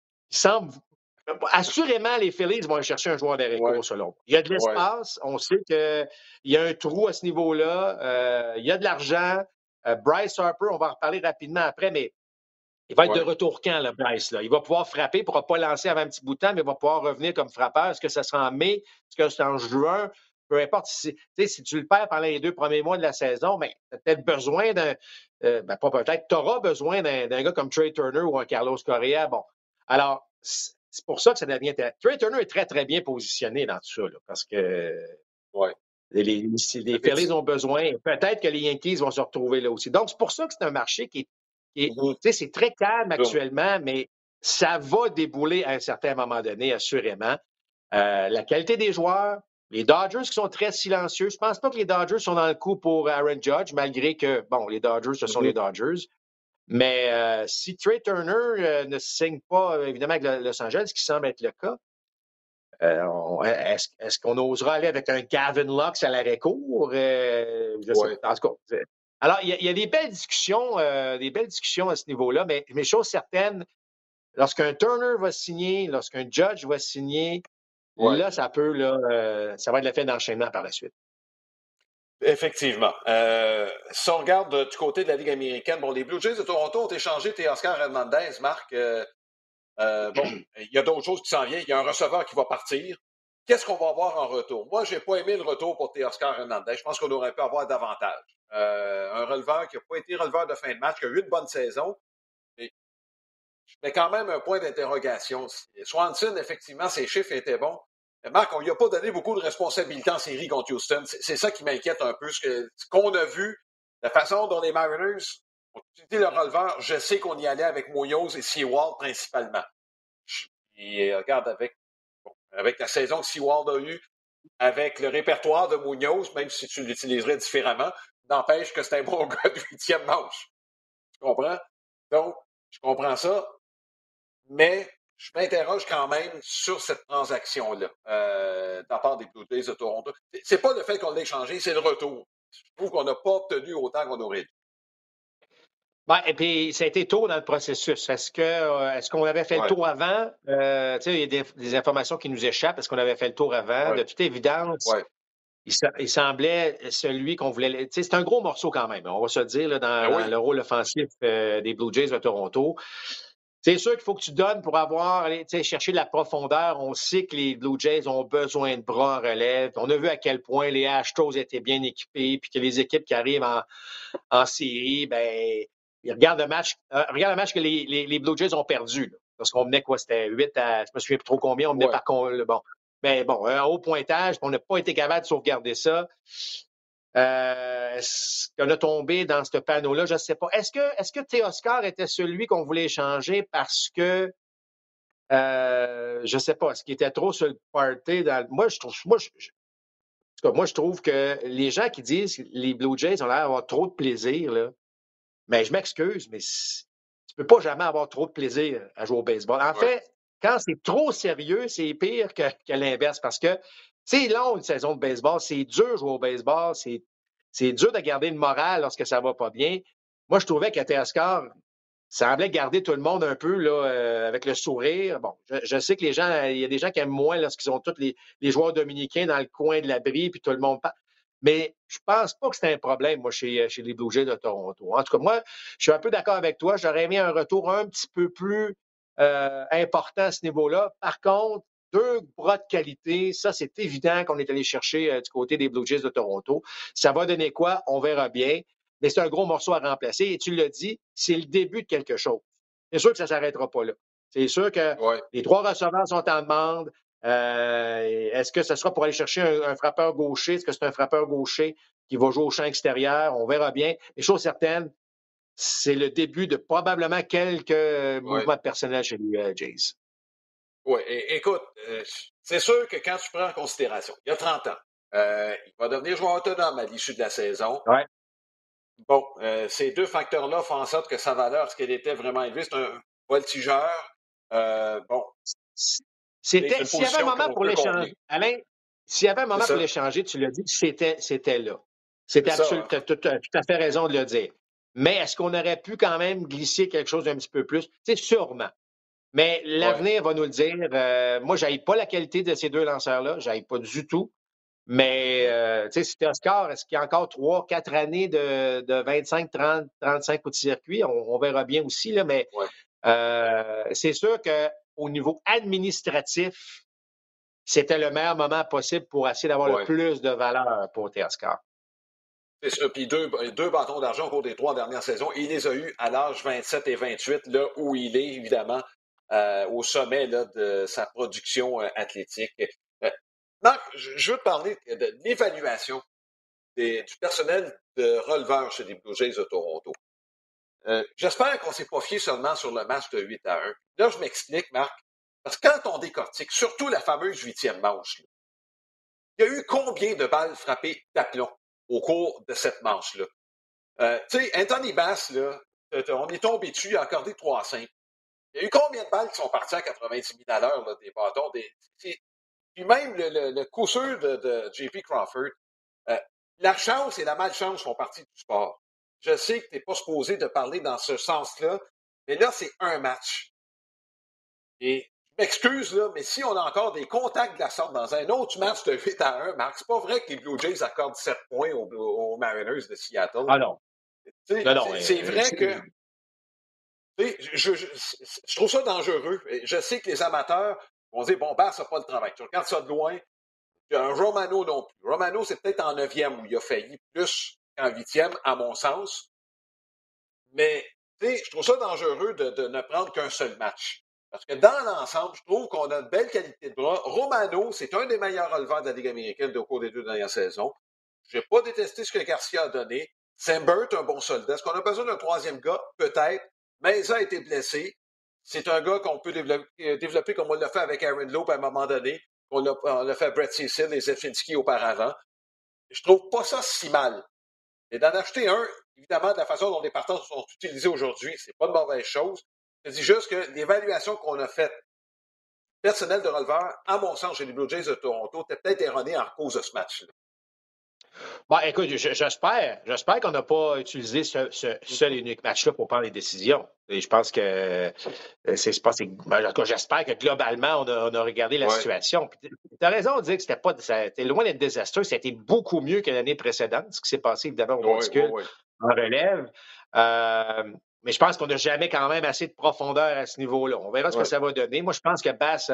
assurément, les Phillies vont aller chercher un joueur d'Areco, selon moi. Il y a de l'espace. On sait qu'il y a un trou à ce niveau-là. Il y a de l'argent. Bryce Harper, on va en reparler rapidement après, mais il va être de retour quand, là, Bryce? Là? Il va pouvoir frapper, il ne pourra pas lancer avant un petit bout de temps, mais il va pouvoir revenir comme frappeur. Est-ce que ça sera en mai? Est-ce que c'est en juin? Peu importe. Si tu le perds pendant les 2 premiers mois de la saison, tu as peut-être besoin d'un... pas peut-être, tu auras besoin d'un gars comme Trey Turner ou un Carlos Correa. Bon, alors, c'est pour ça que ça devient... Trey Turner est très, très bien positionné dans tout ça, là, parce que les Phillies ont besoin. Peut-être que les Yankees vont se retrouver là aussi. Donc, c'est pour ça que c'est un marché qui est c'est très calme actuellement, mais ça va débouler à un certain moment donné, assurément. La qualité des joueurs, les Dodgers qui sont très silencieux. Je ne pense pas que les Dodgers sont dans le coup pour Aaron Judge, malgré que, bon, les Dodgers, ce sont les Dodgers. Mais si Trey Turner ne signe pas, évidemment, avec Los Angeles, ce qui semble être le cas, est-ce qu'on osera aller avec un Gavin Lux à l'arrêt-court? Je sais pas. En tout cas, alors, il y a des belles discussions à ce niveau-là, mais chose certaine, lorsqu'un Turner va signer, lorsqu'un Judge va signer, là, ça va être l'effet d'enchaînement par la suite. Effectivement. Si on regarde du côté de la Ligue américaine, bon, les Blue Jays de Toronto ont échangé Teoscar Hernandez, Marc. Bon, il y a d'autres choses qui s'en viennent. Il y a un receveur qui va partir. Qu'est-ce qu'on va avoir en retour? Moi, j'ai pas aimé le retour pour Teoscar Hernandez. Je pense qu'on aurait pu avoir davantage. Un releveur qui n'a pas été releveur de fin de match, qui a eu une bonne saison. Et je mets quand même un point d'interrogation. Swanson, effectivement, ses chiffres étaient bons. Mais Marc, on lui a pas donné beaucoup de responsabilités en série contre Houston. C'est ça qui m'inquiète un peu. Ce qu'on a vu, la façon dont les Mariners ont utilisé le releveur, je sais qu'on y allait avec Munoz et Sewald principalement. Et regarde, avec la saison que Sewald a eue, avec le répertoire de Munoz, même si tu l'utiliserais différemment, n'empêche que c'est un bon gars de 8e manche. Tu comprends? Donc, je comprends ça, mais je m'interroge quand même sur cette transaction-là de la part des Blue Jays de Toronto. C'est pas le fait qu'on l'ait échangé, c'est le retour. Je trouve qu'on n'a pas obtenu autant qu'on aurait dû. Ben, et puis, ça a été tôt dans le processus. Est-ce qu'on avait fait le tour avant? Tu sais, il y a des informations qui nous échappent. Est-ce qu'on avait fait le tour avant? Ouais. De toute évidence, Ouais. il semblait celui qu'on voulait. Tu sais, c'est un gros morceau quand même. On va se le dire là, dans le rôle offensif des Blue Jays de Toronto. C'est sûr qu'il faut que tu donnes pour aller chercher de la profondeur. On sait que les Blue Jays ont besoin de bras en relève. On a vu à quel point les Astros étaient bien équipés, puis que les équipes qui arrivent en série, ben, ils regardent le match. Regarde le match que les Blue Jays ont perdu. Là, parce qu'on menait quoi? C'était 8 à. Je me souviens plus trop combien. On menait par contre. Bon. Mais bon, un haut pointage, puis on n'a pas été capable de sauvegarder ça. Est-ce qu'on a tombé dans ce panneau-là? Je ne sais pas. Est-ce que Teoscar était celui qu'on voulait échanger parce que je ne sais pas, est-ce qu'il était trop sur le party? Moi, je trouve que les gens qui disent que les Blue Jays ont l'air d'avoir trop de plaisir, là, mais je m'excuse, mais tu peux pas jamais avoir trop de plaisir à jouer au baseball. En fait, quand c'est trop sérieux, c'est pire que l'inverse parce que c'est long une saison de baseball, c'est dur de jouer au baseball, c'est dur de garder le moral lorsque ça va pas bien. Moi, je trouvais qu'à Teoscar semblait garder tout le monde un peu là, avec le sourire. Bon, je sais que il y a des gens qui aiment moins lorsqu'ils ont tous les joueurs dominicains dans le coin de l'abri, puis tout le monde parle. Mais je pense pas que c'est un problème, moi, chez les Blue Jays de Toronto. En tout cas, moi, je suis un peu d'accord avec toi. J'aurais aimé un retour un petit peu plus important à ce niveau-là. Par contre, 2 bras de qualité, ça, c'est évident qu'on est allé chercher du côté des Blue Jays de Toronto. Ça va donner quoi? On verra bien. Mais c'est un gros morceau à remplacer. Et tu l'as dit, c'est le début de quelque chose. C'est sûr que ça ne s'arrêtera pas là. C'est sûr que les 3 receveurs sont en demande. Est-ce que ce sera pour aller chercher un frappeur gaucher? Est-ce que c'est un frappeur gaucher qui va jouer au champ extérieur? On verra bien. Mais chose certaine, c'est le début de probablement quelques mouvements personnels chez les Jays. Oui, écoute, c'est sûr que quand tu prends en considération, il y a 30 ans, il va devenir joueur autonome à l'issue de la saison. Ouais. Bon, ces 2 facteurs-là font en sorte que sa valeur, ce qu'elle était vraiment élevée, c'est un voltigeur. Bon. S'il y avait un moment pour l'échanger, Alain, s'il y avait un moment pour l'échanger, tu l'as dit, c'était là. Tu as tout à fait raison de le dire. Mais est-ce qu'on aurait pu quand même glisser quelque chose d'un petit peu plus? C'est sûrement. Mais l'avenir va nous le dire. Moi, je n'aille pas la qualité de ces 2 lanceurs-là. Je n'aille pas du tout. Mais, tu sais, si Teoscar, est-ce qu'il y a encore 3, 4 années de 25, 30, 35 coups de circuit? On verra bien aussi, là. Mais c'est sûr qu'au niveau administratif, c'était le meilleur moment possible pour essayer d'avoir le plus de valeur pour Teoscar. C'est ça. Puis deux bâtons d'argent au cours des 3 dernières saisons. Il les a eus à l'âge 27 et 28, là où il est, évidemment, au sommet là, de sa production athlétique. Marc, je veux te parler de l'évaluation du personnel de releveur chez les Blue Jays de Toronto. J'espère qu'on ne s'est pas fié seulement sur le match de 8-1. Là, je m'explique, Marc, parce que quand on décortique, surtout la fameuse 8e manche, là, il y a eu combien de balles frappées d'aplomb au cours de cette manche-là? Tu sais, Anthony Bass, là, on est tombé dessus, il a accordé 3-5. Il y a eu combien de balles qui sont parties à 90 000 à l'heure, là, des bâtons? Puis même le coup sûr de J.P. Crawford, la chance et la malchance font partie du sport. Je sais que tu n'es pas supposé de parler dans ce sens-là, mais là, c'est un match. Et m'excuse, là, mais si on a encore des contacts de la sorte dans un autre match de 8-1, Marc, c'est pas vrai que les Blue Jays accordent 7 points aux Mariners de Seattle. Ah non. Non, non. C'est vrai que je trouve ça dangereux. Je sais que les amateurs vont dire, bon, Bass n'a pas le travail. Tu regardes ça de loin. Un Romano non plus. Romano, c'est peut-être en 9e où il a failli plus qu'en 8e, à mon sens. Mais je trouve ça dangereux de ne prendre qu'un seul match. Parce que dans l'ensemble, je trouve qu'on a une belle qualité de bras. Romano, c'est un des meilleurs releveurs de la Ligue américaine au cours des 2 dernières saisons. Je n'ai pas détesté ce que Garcia a donné. Sembert, un bon soldat. Est-ce qu'on a besoin d'un troisième gars? Peut-être. Meza a été blessé. C'est un gars qu'on peut développer comme on l'a fait avec Aaron Lowe à un moment donné. On l'a fait à Brett Cecil et Zefinski auparavant. Je trouve pas ça si mal. Et d'en acheter un, évidemment, de la façon dont les partants sont utilisés aujourd'hui, c'est pas de mauvaise chose. Je dis juste que l'évaluation qu'on a faite personnelle de releveur, à mon sens, chez les Blue Jays de Toronto, était peut-être erronée en cause de ce match-là. Bon, écoute, j'espère qu'on n'a pas utilisé ce seul et unique match-là pour prendre les décisions. Et je pense que j'espère que globalement, on a regardé la situation. Tu as raison de dire que c'était loin d'être désastreux. Ça a été beaucoup mieux que l'année précédente, ce qui s'est passé évidemment au monticule en relève. Mais je pense qu'on n'a jamais quand même assez de profondeur à ce niveau-là. On verra ce que ça va donner. Moi, je pense que Bass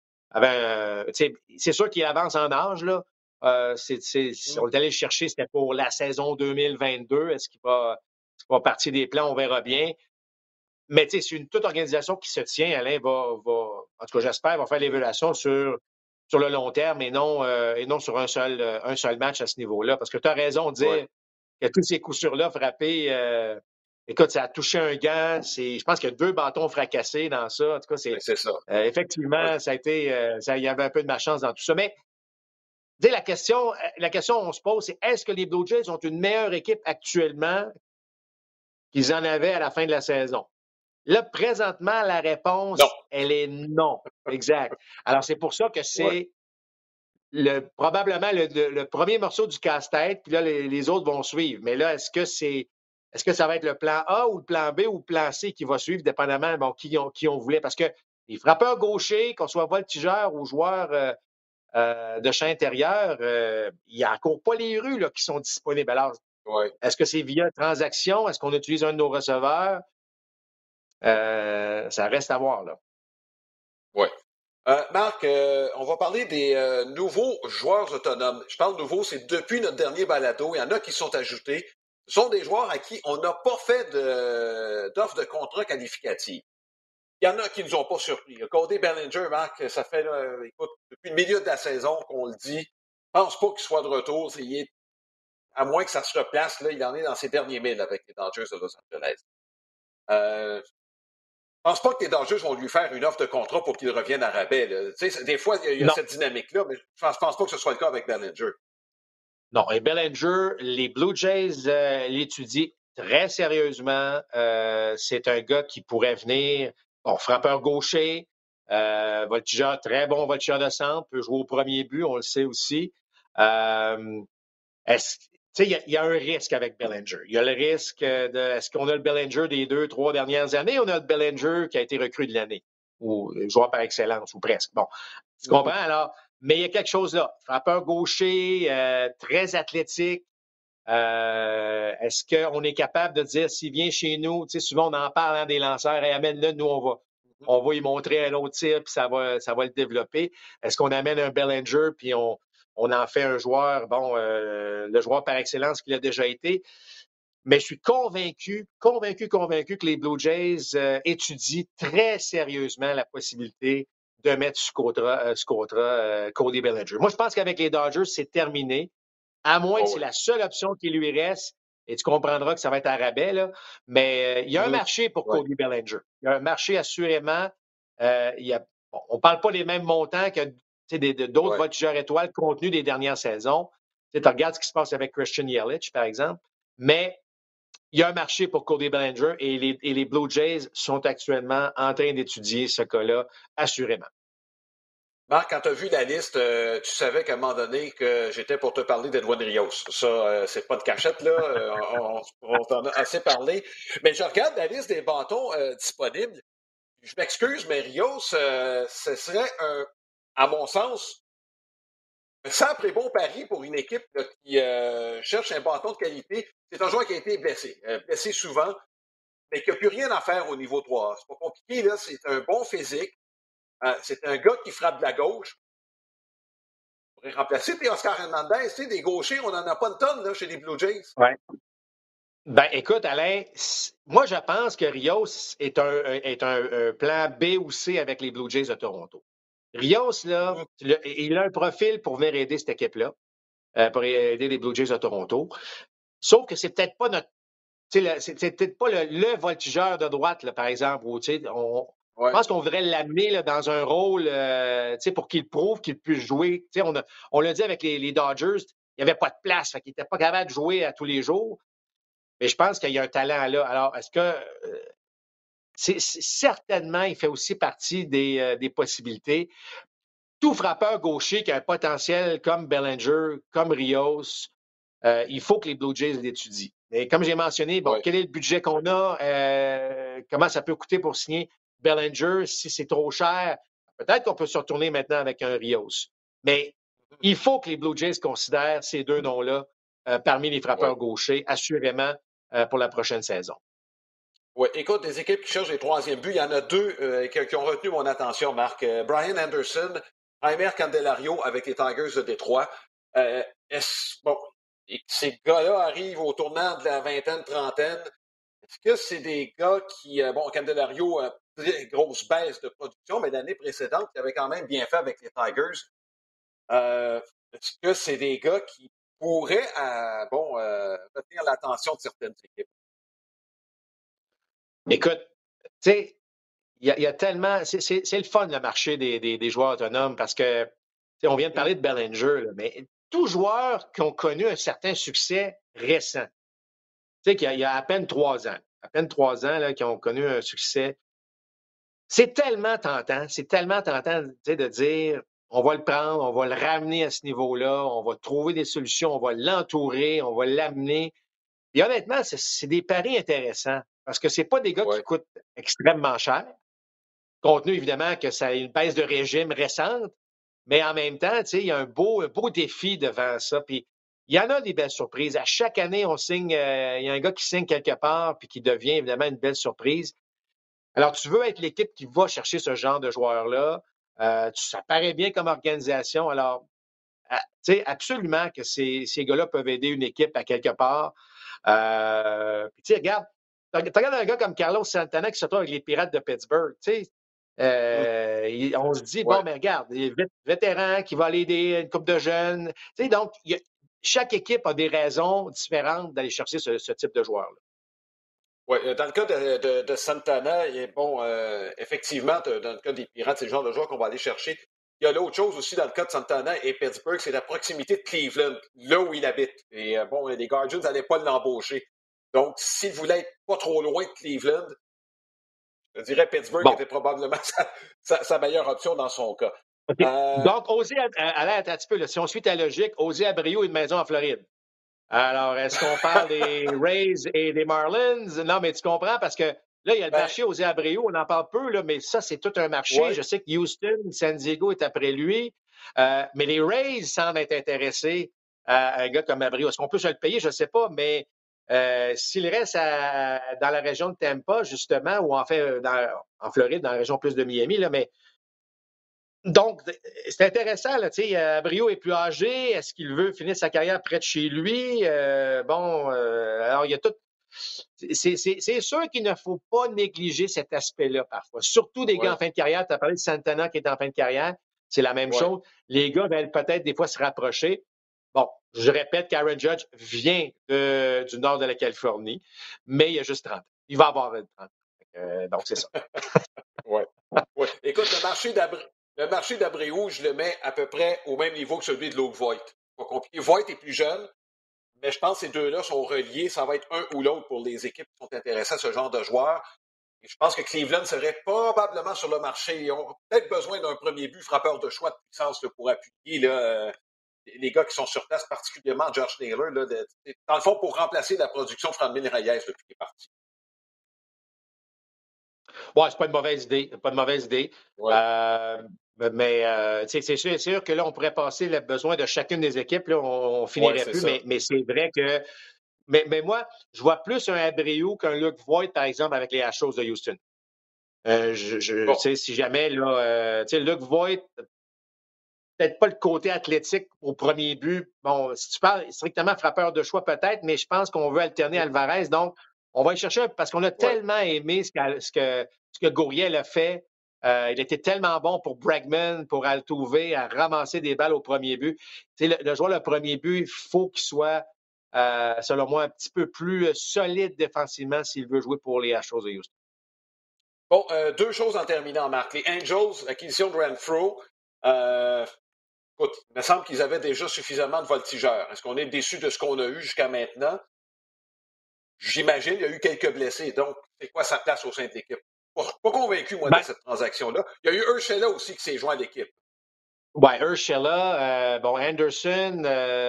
c'est sûr qu'il avance en âge, là. On est allé le chercher, c'était pour la saison 2022. Est-ce qu'il va partir des plans? On verra bien. Mais c'est toute organisation qui se tient. Alain en tout cas, j'espère, va faire l'évaluation sur le long terme et non sur un seul match à ce niveau-là. Parce que tu as raison de dire que tous ces coups sûrs-là frappés, écoute, ça a touché un gant. Je pense qu'il y a 2 bâtons fracassés dans ça. En tout cas, c'est ça. Effectivement, ça a été. Il y avait un peu de malchance dans tout ça. Mais la question qu'on se pose, c'est est-ce que les Blue Jays ont une meilleure équipe actuellement qu'ils en avaient à la fin de la saison? Là, présentement, la réponse, elle est non. Exact. Alors, c'est pour ça que c'est probablement le premier morceau du casse-tête, puis là, les autres vont suivre. Mais là, est-ce que ça va être le plan A ou le plan B ou le plan C qui va suivre, dépendamment qui on voulait? Parce que les frappeurs gauchers, qu'on soit voltigeurs ou joueurs de champ intérieur, il n'y a encore pas les rues là, qui sont disponibles. Alors, est-ce que c'est via transaction? Est-ce qu'on utilise un de nos receveurs? Ça reste à voir, là. Oui. Marc, on va parler des nouveaux joueurs autonomes. Je parle nouveaux, c'est depuis notre dernier balado. Il y en a qui sont ajoutés. Ce sont des joueurs à qui on n'a pas fait d'offre de contrat qualificative. Il y en a qui ne nous ont pas surpris. Cody Bellinger, Marc, ça fait, écoute, depuis le milieu de la saison qu'on le dit. Je pense pas qu'il soit de retour. À moins que ça se replace, là, il en est dans ses derniers milles avec les Dodgers de Los Angeles. Je pense pas que les Dodgers vont lui faire une offre de contrat pour qu'il revienne à rabais. Des fois, il y a cette dynamique-là, mais je pense pas que ce soit le cas avec Bellinger. Non, et Bellinger, les Blue Jays l'étudient très sérieusement. C'est un gars qui pourrait venir, frappeur gaucher, voltigeur, très bon voltigeur de centre, peut jouer au premier but, on le sait aussi. Il y a un risque avec Bellinger. Il y a le risque est-ce qu'on a le Bellinger des 2-3 dernières années ou on a le Bellinger qui a été recrue de l'année? Ou joueur par excellence, ou presque. Bon, tu comprends? Alors, mais il y a quelque chose là. Frappeur gaucher, très athlétique. Est-ce qu'on est capable de dire s'il vient chez nous, souvent on en parle des lanceurs, et amène-le, nous on va y montrer un autre tir, puis ça va le développer. Est-ce qu'on amène un Bellinger, puis on en fait un joueur, le joueur par excellence qu'il a déjà été? Mais je suis convaincu que les Blue Jays étudient très sérieusement la possibilité de mettre sous contrat Cody Bellinger. Moi, je pense qu'avec les Dodgers, c'est terminé. À moins que c'est la seule option qui lui reste, et tu comprendras que ça va être à rabais, là. Mais il y a un marché pour Cody Bellinger. Il y a un marché assurément. On ne parle pas des mêmes montants que d'autres voltigeurs étoiles contenus des dernières saisons. Tu regardes ce qui se passe avec Christian Yelich, par exemple. Mais il y a un marché pour Cody Bellinger et les Blue Jays sont actuellement en train d'étudier ce cas-là, assurément. Marc, quand tu as vu la liste, tu savais qu'à un moment donné que j'étais pour te parler d'Edwin Rios. Ça, c'est pas de cachette, là. On t'en a assez parlé. Mais je regarde la liste des bâtons disponibles. je m'excuse, mais Rios, ce serait, à mon sens, un simple et bon pari pour une équipe là, qui cherche un bâton de qualité. C'est un joueur qui a été blessé souvent, mais qui n'a plus rien à faire au niveau 3. C'est pas compliqué, là. C'est un bon physique. C'est un gars qui frappe de la gauche. On pourrait remplacer Oscar Hernandez. Tu sais, des gauchers, on n'en a pas une tonne là, chez les Blue Jays. Ouais. Ben, écoute, Alain, moi, je pense que Rios est un plan B ou C avec les Blue Jays de Toronto. Rios, là, il a un profil pour venir aider cette équipe-là, pour aider les Blue Jays de Toronto. Sauf que c'est peut-être pas notre. C'est peut-être pas le voltigeur de droite, là, par exemple, où je pense qu'on voudrait l'amener là, dans un rôle pour qu'il prouve qu'il puisse jouer. On l'a dit avec les Dodgers, il n'y avait pas de place, fait qu'il n'était pas capable de jouer à tous les jours. Mais je pense qu'il y a un talent là. Alors, est-ce que certainement, il fait aussi partie des possibilités. Tout frappeur gaucher qui a un potentiel comme Bellinger, comme Rios, il faut que les Blue Jays l'étudient. Et comme j'ai mentionné, bon, quel est le budget qu'on a? Comment ça peut coûter pour signer Bellinger? Si c'est trop cher, peut-être qu'on peut se retourner maintenant avec un Rios. Mais il faut que les Blue Jays considèrent ces deux noms-là parmi les frappeurs gauchers, assurément, pour la prochaine saison. Oui, écoute, des équipes qui cherchent les troisièmes buts, il y en a deux qui ont retenu mon attention, Marc. Brian Anderson, Jeimer Candelario avec les Tigers de Détroit. Ces gars-là arrivent au tournant de la vingtaine, trentaine. Est-ce que c'est des gars qui... Candelario, très grosse baisse de production, mais l'année précédente, il avait quand même bien fait avec les Tigers. Est-ce que c'est des gars qui pourraient retenir l'attention de certaines équipes? Écoute, tu sais, il y a tellement... C'est le fun, le marché des joueurs autonomes, parce que on vient de parler de Bellinger, là, mais tous joueurs qui ont connu un certain succès récent, tu sais, qu'il y a à peine 3 ans, là, qui ont connu un succès, c'est tellement tentant de dire, on va le prendre, on va le ramener à ce niveau-là, on va trouver des solutions, on va l'entourer, on va l'amener. Et honnêtement, c'est des paris intéressants, parce que c'est pas des gars qui coûtent extrêmement cher, compte tenu évidemment que ça a une baisse de régime récente, mais en même temps, il y a un beau défi devant ça. Puis il y en a des belles surprises. À chaque année, on signe, il y a un gars qui signe quelque part puis qui devient évidemment une belle surprise. Alors, tu veux être l'équipe qui va chercher ce genre de joueurs-là. Ça paraît bien comme organisation. Alors, tu sais, absolument que ces gars-là peuvent aider une équipe à quelque part. Puis, tu sais, regarde un gars comme Carlos Santana qui se retrouve avec les Pirates de Pittsburgh. Tu sais, on se dit, bon, mais regarde, il est vétéran qui va aller aider une couple de jeunes. Tu sais, donc, chaque équipe a des raisons différentes d'aller chercher ce type de joueur-là. Oui, dans le cas de Santana, effectivement, dans le cas des Pirates, c'est le genre de joueur qu'on va aller chercher. Il y a l'autre chose aussi dans le cas de Santana et Pittsburgh, c'est la proximité de Cleveland, là où il habite. Et les Guardians n'allaient pas l'embaucher. Donc, s'il voulait être pas trop loin de Cleveland, je dirais Pittsburgh était probablement sa meilleure option dans son cas. Okay. Donc, allez un petit peu, là, si on suit ta logique, José Abreu a une maison en Floride. Alors, est-ce qu'on parle des Rays et des Marlins? Non, mais tu comprends, parce que là, il y a le marché José Abreu, on en parle peu, là, mais ça, c'est tout un marché. Ouais. Je sais que Houston, San Diego est après lui. Mais les Rays semblent être intéressés à un gars comme Abreu. Est-ce qu'on peut se le payer? Je ne sais pas, mais s'il reste dans la région de Tampa, justement, ou en fait en Floride, dans la région plus de Miami, là, mais donc, c'est intéressant, là, tu sais, Abreu est plus âgé, est-ce qu'il veut finir sa carrière près de chez lui? Alors, il y a tout... C'est sûr qu'il ne faut pas négliger cet aspect-là parfois, surtout des gars en fin de carrière. Tu as parlé de Santana qui est en fin de carrière, c'est la même chose. Les gars veulent peut-être des fois se rapprocher. Bon, je répète qu'Aaron Judge vient du nord de la Californie, mais il a juste 30 ans. Il va avoir 30 ans. Donc, c'est ça. Oui. Écoute, le marché d'Abreu, je le mets à peu près au même niveau que celui de Luke Voit. Pas compliqué. Voit est plus jeune, mais je pense que ces deux-là sont reliés. Ça va être un ou l'autre pour les équipes qui sont intéressées à ce genre de joueurs. Et je pense que Cleveland serait probablement sur le marché. Ils ont peut-être besoin d'un premier but frappeur de choix de puissance là, pour appuyer les gars qui sont sur place, particulièrement Josh Naylor. Là, dans le fond, pour remplacer la production de Franmil Reyes depuis qu'il est parti. Ouais, c'est pas une mauvaise idée. Pas de mauvaise idée. Ouais. C'est sûr que là, on pourrait passer le besoin de chacune des équipes. Là, on Ouais, finirait c'est plus, ça. mais c'est vrai que. Mais moi, je vois plus un Abreu qu'un Luke Voigt, par exemple, avec les Astros de Houston. Bon, Si jamais, là, Luke Voigt, peut-être pas le côté athlétique au premier but. Bon, si tu parles strictement frappeur de choix, peut-être, mais je pense qu'on veut alterner Alvarez. Donc, on va y chercher parce qu'on a ouais. tellement aimé ce que Gourriel a fait. Il était tellement bon pour Bregman, pour Altuve, à ramasser des balles au premier but. Le joueur, le premier but, il faut qu'il soit, selon moi, un petit peu plus solide défensivement s'il veut jouer pour les Astros de Houston. Bon, deux choses en terminant, Marc. Les Angels, l'acquisition de Renfro, écoute, il me semble qu'ils avaient déjà suffisamment de voltigeurs. Est-ce qu'on est déçu de ce qu'on a eu jusqu'à maintenant? J'imagine qu'il y a eu quelques blessés. Donc, c'est quoi sa place au sein de l'équipe? Pas convaincu, moi, de Ben, cette transaction-là. Il y a eu Urshela aussi qui s'est joint à l'équipe. ouais, Urshela, Anderson,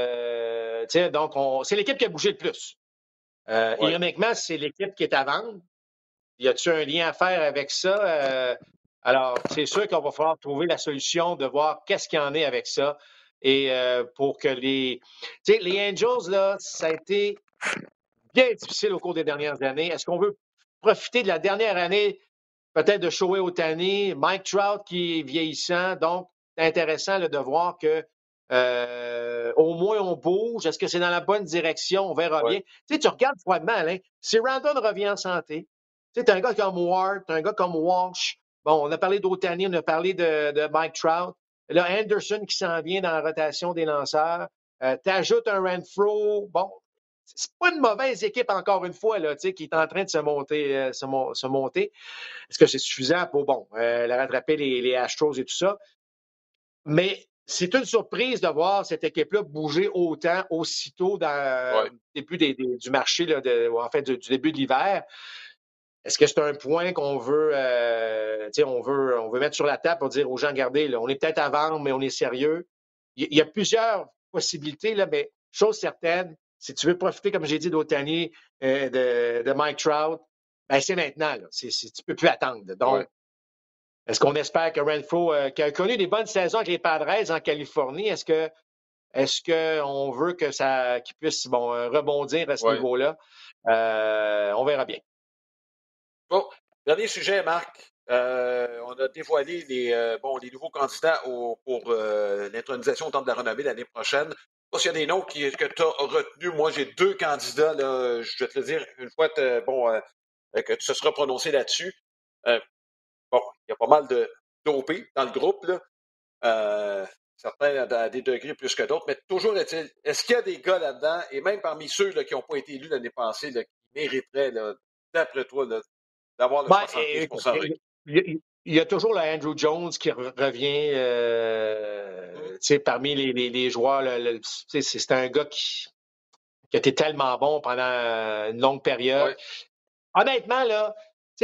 donc c'est l'équipe qui a bougé le plus. Ouais. Ironiquement, c'est l'équipe qui est à vendre. Y a-t-il un lien à faire avec ça? Alors, c'est sûr qu'on va falloir trouver la solution de voir qu'est-ce qu'il y en est avec ça. Et pour que les Angels, là, ça a été bien difficile au cours des dernières années. Est-ce qu'on veut profiter de la dernière année, peut-être de Shohei Ohtani, Mike Trout qui est vieillissant? Donc, c'est intéressant là, de voir que au moins on bouge. Est-ce que c'est dans la bonne direction? On verra Ouais. bien. Tu regardes froidement, Alain, si Randon revient en santé, tu as un gars comme Ward, tu as un gars comme Walsh. Bon, on a parlé d'Ohtani, on a parlé de Mike Trout. Là, Anderson qui s'en vient dans la rotation des lanceurs. Tu ajoutes un Renfro. Bon, c'est pas une mauvaise équipe, encore une fois, là, qui est en train de se monter. Se monter. Est-ce que c'est suffisant pour, rattraper les Astros et tout ça? Mais c'est une surprise de voir cette équipe-là bouger autant, aussitôt dans Ouais. le début du marché, là, du début de l'hiver. Est-ce que c'est un point qu'on veut, on veut mettre sur la table pour dire aux gens, regardez, là, on est peut-être à vendre, mais on est sérieux. Il y a plusieurs possibilités, là, mais chose certaine, si tu veux profiter, comme j'ai dit, d'Ohtani, de Mike Trout, ben c'est maintenant. Là. Tu ne peux plus attendre. Donc, Ouais. est-ce qu'on espère que Renfro, qui a connu des bonnes saisons avec les Padres en Californie, est-ce qu'on veut que qu'il puisse rebondir à ce Ouais. niveau-là? On verra bien. Bon, dernier sujet, Marc. On a dévoilé les nouveaux candidats pour l'intronisation au Temple de la Renommée l'année prochaine. Je sais pas s'il y a des noms que tu as retenus. Moi, j'ai deux candidats, là, je vais te le dire une fois que tu te seras prononcé là-dessus. Euh, bon, il y a pas mal de dopés dans le groupe, là. Certains à des degrés plus que d'autres, mais toujours est-ce qu'il y a des gars là-dedans, et même parmi ceux là, qui n'ont pas été élus l'année passée, là, qui mériteraient, là, d'après toi, là, d'avoir le Ben, 75 écoute, requis? il y a toujours le Andrew Jones qui revient Mhm. parmi les joueurs. C'est un gars qui a été tellement bon pendant une longue période. Ouais. Honnêtement, là,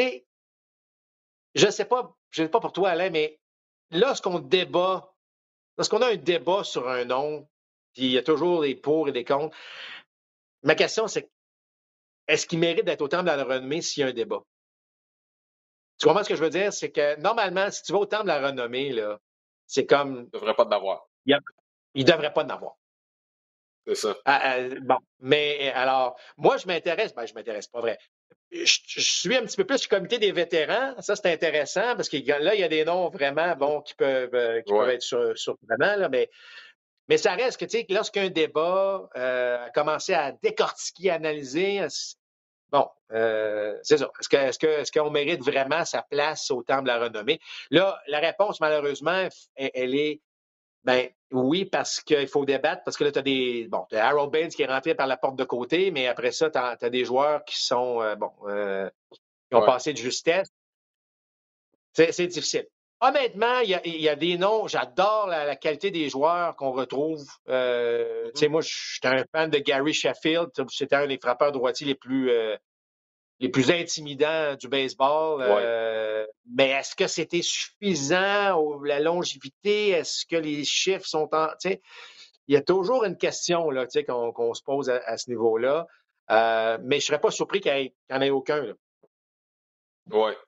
je ne sais pas pour toi, Alain, mais lorsqu'on a un débat sur un nom, puis il y a toujours des pour et des contre, ma question, c'est est-ce qu'il mérite d'être au Temple de la Renommée s'il y a un débat? Tu comprends ce que je veux dire? C'est que normalement, si tu vas au Temple de la Renommée, là, c'est comme Il ne devrait pas en avoir. il ne devrait pas en avoir. C'est ça. Bon, mais alors, moi, je m'intéresse, pas vrai. Je suis un petit peu plus le comité des vétérans. Ça, c'est intéressant parce que là, il y a des noms vraiment Mhm. bons qui peuvent Ouais. être surprenants, là, mais ça reste que, tu sais, lorsqu'un débat a commencé à décortiquer, analyser, bon, c'est ça. Est-ce qu'on mérite vraiment sa place au Temple de la Renommée? Là, la réponse, malheureusement, elle est ben oui, parce qu'il faut débattre, parce que là, tu as t'as Harold Baines qui est rentré par la porte de côté, mais après ça, tu as des joueurs qui sont qui ont Ouais. passé de justesse. C'est difficile. Honnêtement, il y a des noms, j'adore la qualité des joueurs qu'on retrouve. Tu Mhm. sais, moi, je suis un fan de Gary Sheffield. C'était un des frappeurs droitiers les plus intimidants du baseball. Ouais. Mais est-ce que c'était suffisant, la longévité? Est-ce que les chiffres sont tu sais, il y a toujours une question là, tu sais, qu'on se pose à ce niveau-là. Mais je ne serais pas surpris qu'il n'y en ait aucun. Là. Ouais.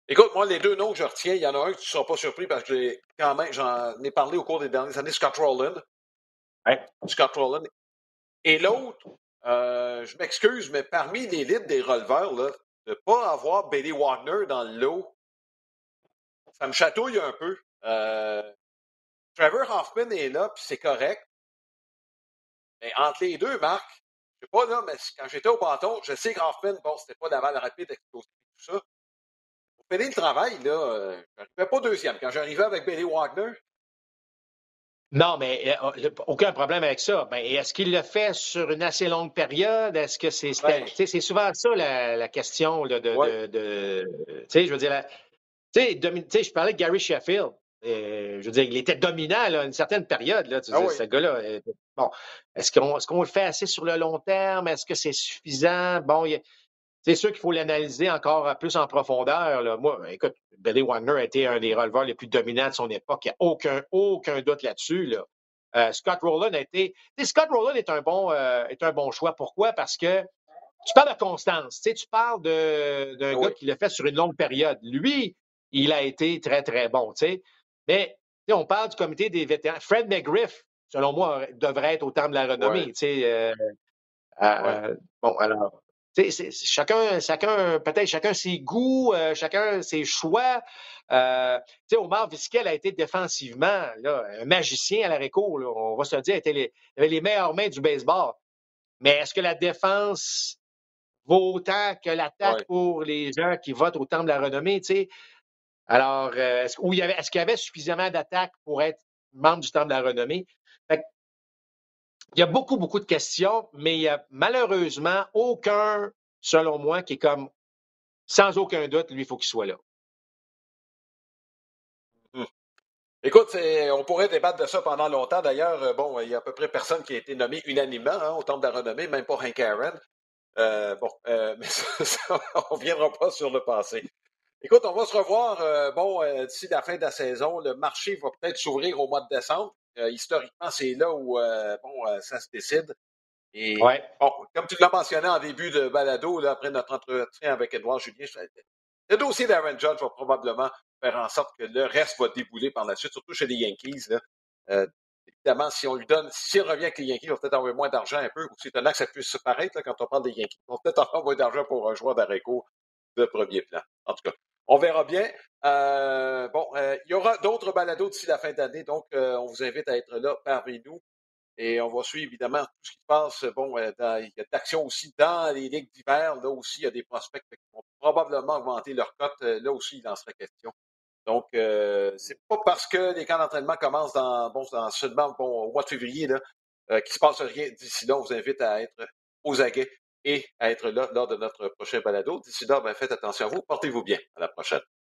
Écoute, moi, les deux noms que je retiens, il y en a un que tu ne seras pas surpris parce que j'en ai parlé au cours des dernières années, Scott Rowland. Ouais. Scott Rowland. Et l'autre, je m'excuse, mais parmi l'élite des releveurs, là, de ne pas avoir Billy Wagner dans le lot, ça me chatouille un peu. Trevor Hoffman est là, puis c'est correct. Mais entre les deux, Marc, je sais pas là, mais quand j'étais au bâton, je sais qu'Hoffman, bon, c'était pas la balle rapide, explosive et tout ça. Pour finir le travail, là, je n'arrivais pas deuxième. Quand j'arrivais avec Billy Wagner, Non, mais aucun problème avec ça. Ben, est-ce qu'il le fait sur une assez longue période? Est-ce que ben, c'est souvent ça la question là, ouais, tu sais, je veux dire, tu sais, je parlais de Gary Sheffield. Je veux dire, il était dominant là, à une certaine période. Là, tu ah sais, oui, ce gars-là. Bon, est-ce qu'on le fait assez sur le long terme? Est-ce que c'est suffisant? Bon, c'est sûr qu'il faut l'analyser encore plus en profondeur. Là. Moi, écoute, Billy Wagner a été un des releveurs les plus dominants de son époque. Il n'y a aucun doute là-dessus. Là. Scott Rowland a été. Scott Rowland est un bon choix. Pourquoi? Parce que tu parles de constance. Tu parles d'un ah gars oui, qui l'a fait sur une longue période. Lui, il a été très, très bon. Mais on parle du comité des vétérans. Fred McGriff, selon moi, devrait être au temps de la ouais, renommée. ouais, Bon, alors, peut-être chacun ses goûts, chacun ses choix. Omar Vizquel a été défensivement là, un magicien à l'arrêt-court, on va se le dire, il avait les meilleures mains du baseball. Mais est-ce que la défense vaut autant que l'attaque ouais. pour les gens qui votent au temps de la renommée? Alors, est-ce qu'il y avait suffisamment d'attaques pour être membre du temps de la renommée? Fait il y a beaucoup, beaucoup de questions, mais il y a malheureusement aucun, selon moi, qui est comme, sans aucun doute, lui, il faut qu'il soit là. Hum. Écoute, on pourrait débattre de ça pendant longtemps. D'ailleurs, bon, il y a à peu près personne qui a été nommé unanimement au Temple de la Renommée, même pas Hank Aaron. Mais on ne reviendra pas sur le passé. Écoute, on va se revoir d'ici la fin de la saison. Le marché va peut-être s'ouvrir au mois de décembre. Historiquement, c'est là où ça se décide. Et Ouais. bon, comme tu l'as mentionné en début de balado, là, après notre entretien avec Édouard Julien, le dossier d'Aaron Judge va probablement faire en sorte que le reste va débouler par la suite, surtout chez les Yankees. Là. Évidemment, si on lui donne, s'il revient avec les Yankees, il va peut-être avoir moins d'argent un peu. C'est étonnant que ça puisse se paraître là, quand on parle des Yankees. Ils vont peut-être avoir moins d'argent pour un joueur d'arrêt-court de premier plan. En tout cas, on verra bien. Il y aura d'autres balados d'ici la fin d'année, donc on vous invite à être là parmi nous. Et on va suivre évidemment tout ce qui se passe. Bon, il y a d'action aussi dans les ligues d'hiver. Là aussi, il y a des prospects qui vont probablement augmenter leur cote. Là aussi, il en sera question. Donc, c'est pas parce que les camps d'entraînement commencent seulement au mois de février là, qu'il se passe rien d'ici là. On vous invite à être aux aguets et à être là lors de notre prochain balado. D'ici là, faites attention à vous. Portez-vous bien. À la prochaine.